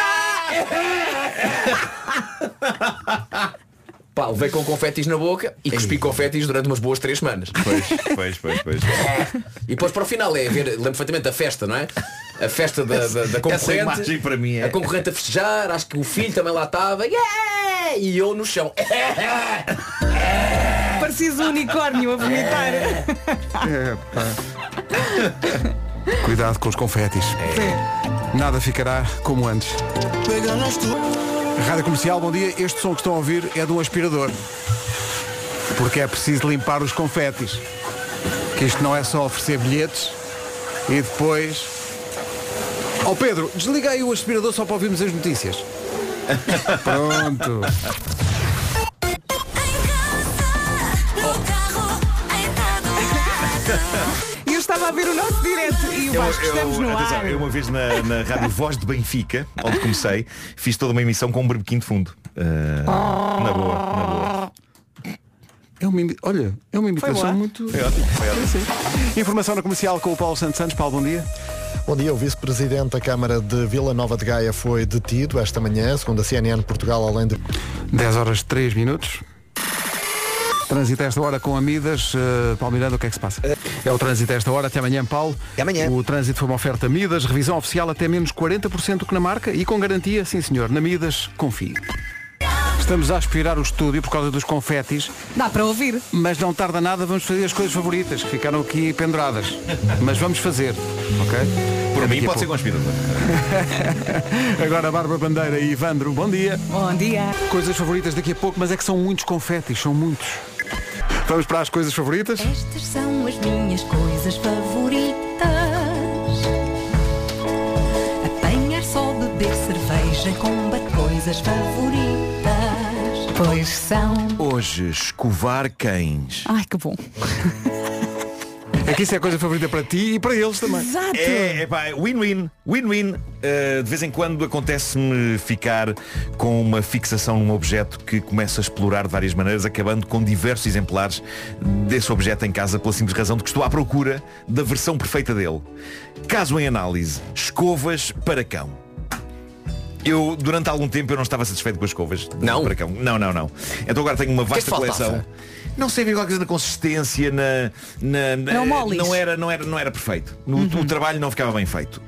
Speaker 7: Pá, levei com confetis na boca e cuspi confetis durante umas boas 3 semanas.
Speaker 11: Pois.
Speaker 7: E depois para o final lembro perfeitamente a festa, não é? A festa da concorrente.
Speaker 11: Essa imagem para mim é.
Speaker 7: A concorrente a festejar, acho que o filho também lá estava. E eu no chão.
Speaker 3: Parecia um unicórnio a vomitar.
Speaker 1: Cuidado com os confetis. Nada ficará como antes. Rádio Comercial, bom dia. Este som que estão a ouvir é de um aspirador. Porque é preciso limpar os confetis. Que isto não é só oferecer bilhetes e depois... Oh Pedro, desliga aí o aspirador só para ouvirmos as notícias. Pronto.
Speaker 3: Eu estava a ver o nosso direto e o Vasco estamos no
Speaker 11: atenção,
Speaker 3: ar.
Speaker 11: eu uma vez na rádio Voz de Benfica, onde comecei, fiz toda uma emissão com um berbequim de fundo. Na boa.
Speaker 1: Olha, é uma imitação muito...
Speaker 11: Foi ótimo.
Speaker 1: Informação na Comercial com o Paulo Santos. Paulo, bom dia.
Speaker 15: Bom dia, o vice-presidente da Câmara de Vila Nova de Gaia foi detido esta manhã, segundo a CNN Portugal, além de...
Speaker 1: 10 horas 3 minutos. Trânsito a esta hora com Amidas. Paulo Miranda, o que é que se passa? É o trânsito a esta hora. Até amanhã, Paulo.
Speaker 2: Até amanhã.
Speaker 1: O trânsito foi uma oferta Midas. Revisão oficial até menos 40% que na marca e com garantia, sim senhor. Na Midas, confie. Estamos a aspirar o estúdio por causa dos confetis.
Speaker 3: Dá para ouvir.
Speaker 1: Mas não tarda nada, vamos fazer as coisas favoritas que ficaram aqui penduradas. Mas vamos fazer, ok?
Speaker 11: Por mim pode ser conspirador.
Speaker 1: Agora Bárbara Bandeira e Ivandro, bom dia.
Speaker 3: Bom dia.
Speaker 1: Coisas favoritas daqui a pouco, mas é que são muitos confetis, são muitos. Vamos para as coisas favoritas?
Speaker 16: Estas são as minhas coisas favoritas. Apanhar só, beber cerveja com coisas favoritas. Pois são.
Speaker 11: Hoje, escovar cães.
Speaker 3: Ai, que bom.
Speaker 1: É que isso é a coisa favorita para ti e para eles também.
Speaker 3: Exato.
Speaker 11: É pá, win-win. Win-win. De vez em quando acontece-me ficar com uma fixação num objeto que começa a explorar de várias maneiras, acabando com diversos exemplares desse objeto em casa pela simples razão de que estou à procura da versão perfeita dele. Caso em análise, escovas para cão. Durante algum tempo, eu não estava satisfeito com as escovas.
Speaker 7: Não?
Speaker 11: Para cão. Não. Então agora tenho uma vasta coleção. Não sei, qualquer coisa na consistência, não era perfeito. O trabalho não ficava bem feito.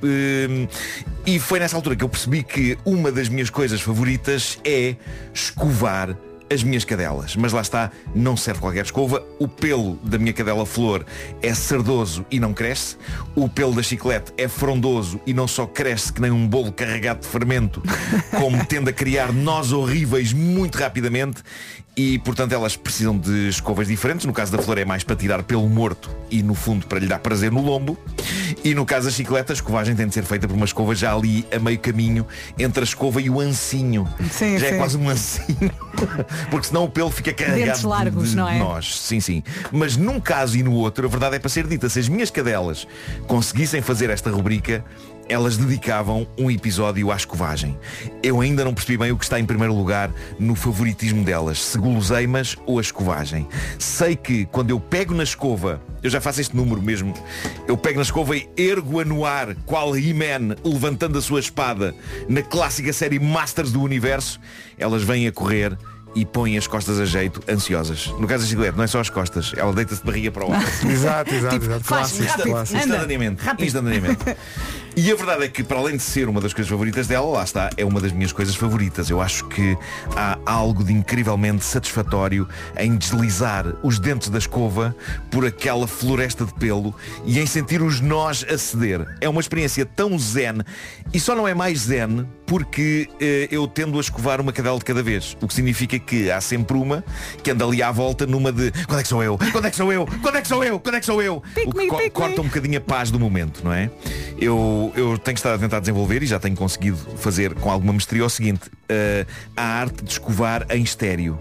Speaker 11: E foi nessa altura que eu percebi que uma das minhas coisas favoritas é escovar as minhas cadelas. Mas lá está, não serve qualquer escova. O pelo da minha cadela Flor é sardoso e não cresce. O pelo da Chiclete é frondoso e não só cresce que nem um bolo carregado de fermento, como tende a criar nós horríveis muito rapidamente. E, portanto, elas precisam de escovas diferentes. No caso da Flor é mais para tirar pelo morto e, no fundo, para lhe dar prazer no lombo. E no caso da Chiclete, a escovagem tem de ser feita por uma escova já ali a meio caminho entre a escova e o ancinho.
Speaker 3: Sim,
Speaker 11: já
Speaker 3: sim.
Speaker 11: é quase um ancinho. Porque senão o pelo fica carregado
Speaker 3: Dentes largos,
Speaker 11: de
Speaker 3: não é?
Speaker 11: nós. Sim. Mas num caso e no outro, a verdade é para ser dita. Se as minhas cadelas conseguissem fazer esta rubrica, elas dedicavam um episódio à escovagem. Eu ainda não percebi bem o que está em primeiro lugar no favoritismo delas, se guloseimas ou a escovagem. Sei que quando eu pego na escova, eu já faço este número mesmo, eu pego na escova e ergo-a no ar, qual He-Man levantando a sua espada na clássica série Masters do Universo, elas vêm a correr e põem as costas a jeito, ansiosas. No caso da Chiclete, não é só as costas, ela deita-se de barriga para o ar.
Speaker 1: Exato.
Speaker 3: Faz, rápido.
Speaker 11: Instantaneamente. E a verdade é que, para além de ser uma das coisas favoritas dela, lá está, é uma das minhas coisas favoritas. Eu acho que há algo de incrivelmente satisfatório em deslizar os dentes da escova por aquela floresta de pelo e em sentir os nós a ceder. É uma experiência tão zen, e só não é mais zen porque eu tendo a escovar uma cadela de cada vez. O que significa que há sempre uma que anda ali à volta numa de quando é que sou eu? Quando é que sou eu? Quando é que sou eu? Quando é que sou eu? O que corta um bocadinho a paz do momento, não é? Eu tenho estado a tentar desenvolver e já tenho conseguido fazer com alguma mestria o seguinte, a arte de escovar em estéreo.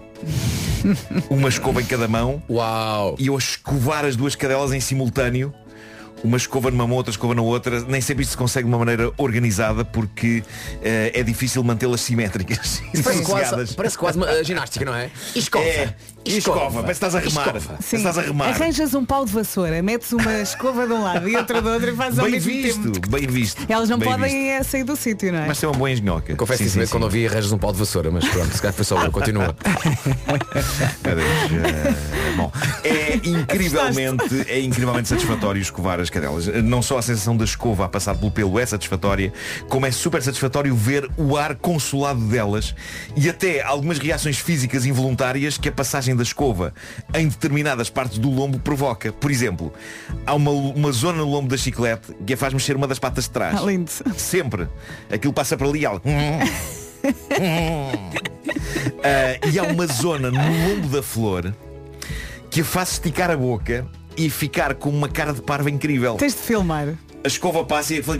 Speaker 11: Uma escova em cada mão.
Speaker 7: Uau.
Speaker 11: E eu a escovar as duas cadelas em simultâneo. Uma escova numa mão, outra escova na outra. Nem sempre isto se consegue de uma maneira organizada porque é difícil mantê-las simétricas.
Speaker 7: Parece quase uma ginástica, não é?
Speaker 11: Escova. Parece que estás a remar.
Speaker 3: Arranjas um pau de vassoura, metes uma escova de um lado e outra do outro e fazes ao mesmo tempo.
Speaker 11: Bem visto.
Speaker 3: Elas não podem sair do sítio, não é?
Speaker 11: Mas é uma boa engenhoca.
Speaker 7: Confesso que quando ouvi arranjas um pau de vassoura, mas pronto, se calhar foi só eu, continua.
Speaker 11: Bom, é incrivelmente satisfatório escovar as cadelas. Não só a sensação da escova a passar pelo pelo é satisfatória, como é super satisfatório ver o ar consolado delas e até algumas reações físicas involuntárias que a passagem da escova em determinadas partes do lombo provoca. Por exemplo, há uma zona no lombo da Chiclete que a faz mexer uma das patas de trás.
Speaker 3: Lindo.
Speaker 11: Sempre. Aquilo passa para ali e ela... e há uma zona no lombo da Flor que a faz esticar a boca e ficar com uma cara de parva incrível.
Speaker 3: Tens de filmar.
Speaker 11: A escova passa e a Flor...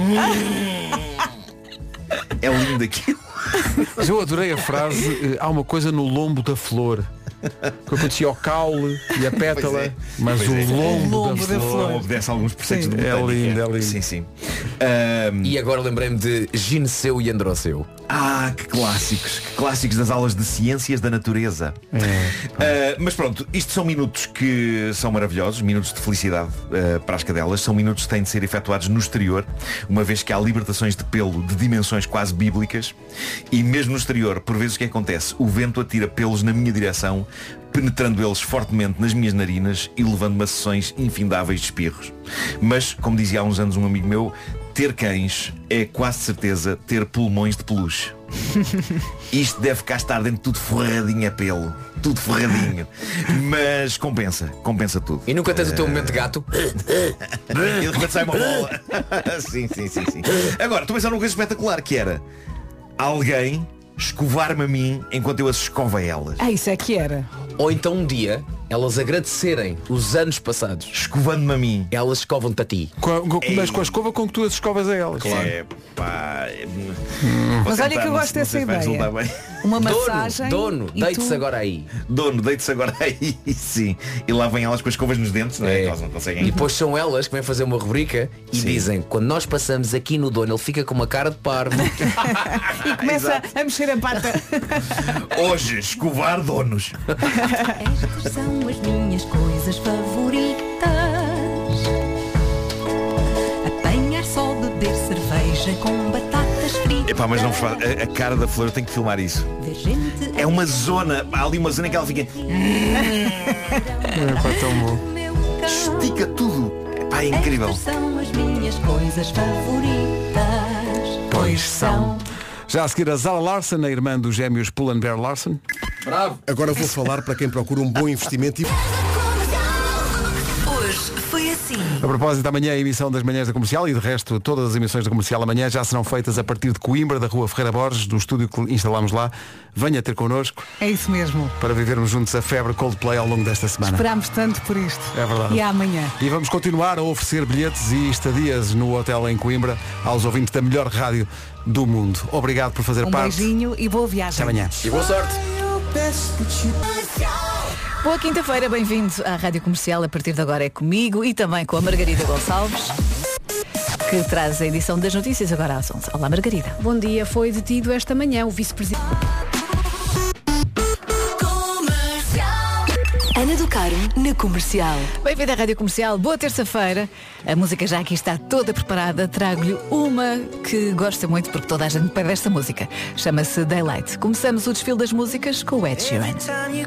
Speaker 11: É lindo aquilo.
Speaker 1: Mas eu adorei a frase, há uma coisa no lombo da flor. Que acontecia ao caule e a pétala, mas o lombo da flor
Speaker 11: obedece a alguns preceitos de
Speaker 1: botânica. É lindo, é lindo.
Speaker 11: Sim.
Speaker 7: E agora lembrei-me de Gineceu e Androceu.
Speaker 11: Que clássicos das aulas de ciências da natureza. Mas pronto, isto são minutos que são maravilhosos, minutos de felicidade para as cadelas. São minutos que têm de ser efetuados no exterior, uma vez que há libertações de pelo de dimensões quase bíblicas. E mesmo no exterior, por vezes o que acontece? O vento atira pelos na minha direção penetrando eles fortemente nas minhas narinas e levando-me a sessões infindáveis de espirros. Mas, como dizia há uns anos um amigo meu, ter cães é quase certeza ter pulmões de peluche. Isto deve cá estar dentro tudo forradinho a pelo. Tudo forradinho. Mas compensa tudo.
Speaker 7: E nunca tens o teu momento de gato?
Speaker 11: E de repente sai uma bola. Sim. Agora, estou a pensar numa coisa espetacular, que era alguém escovar-me a mim enquanto eu as escovo a elas.
Speaker 3: Isso é que era.
Speaker 7: Ou então um dia elas agradecerem os anos passados,
Speaker 11: escovando-me a mim.
Speaker 7: Elas escovam-te a ti.
Speaker 1: Mas com a escova com que tu as escovas a elas.
Speaker 11: Claro.
Speaker 3: Mas olha que eu gosto dessa ideia. Uma massagem.
Speaker 7: Dono, deite-se agora aí.
Speaker 11: Dono, deite-se agora aí. Sim. E lá vêm elas com as escovas nos dentes, não é? Elas não conseguem.
Speaker 7: E depois são elas que vêm fazer uma rubrica e dizem, quando nós passamos aqui no dono, ele fica com uma cara de parvo.
Speaker 3: E começa a mexer a pata.
Speaker 11: Hoje, escovar donos.
Speaker 16: Estas são as minhas coisas favoritas: apanhar só, beber cerveja com batatas fritas.
Speaker 11: Epá, mas não faz. A cara da Flor, eu tenho que filmar isso. É uma zona, há ali uma zona em que ela fica.
Speaker 1: Tão bom.
Speaker 11: Estica tudo. Epá, é incrível.
Speaker 16: Estas são as minhas coisas favoritas.
Speaker 1: Pois são. Já a seguir a Zara Larsson, a irmã dos gêmeos Pull&Bear Larsson.
Speaker 7: Bravo.
Speaker 17: Agora vou falar para quem procura um bom investimento e...
Speaker 9: Hoje foi assim.
Speaker 1: A propósito, amanhã a emissão das manhãs da Comercial e de resto todas as emissões da Comercial amanhã já serão feitas a partir de Coimbra, da Rua Ferreira Borges, do estúdio que instalámos lá. Venha ter connosco.
Speaker 3: É isso mesmo.
Speaker 1: Para vivermos juntos a febre Coldplay ao longo desta semana.
Speaker 3: Esperámos tanto por isto.
Speaker 1: É verdade.
Speaker 3: E amanhã.
Speaker 1: E vamos continuar a oferecer bilhetes e estadias no hotel em Coimbra aos ouvintes da melhor rádio do mundo. Obrigado por fazer parte.
Speaker 3: Beijinho e boa viagem.
Speaker 1: Até amanhã.
Speaker 7: E boa sorte.
Speaker 18: Boa quinta-feira, bem-vindo à Rádio Comercial. A partir de agora é comigo e também com a Margarida Gonçalves, que traz a edição das notícias agora às 11. Olá, Margarida.
Speaker 19: Bom dia. Foi detido esta manhã o vice-presidente.
Speaker 9: Ana do Caro na Comercial.
Speaker 18: Bem-vindo à Rádio Comercial. Boa terça-feira. A música já aqui está toda preparada. Trago-lhe uma que gosta muito porque toda a gente pede esta música. Chama-se Daylight. Começamos o desfile das músicas com o Ed Sheeran.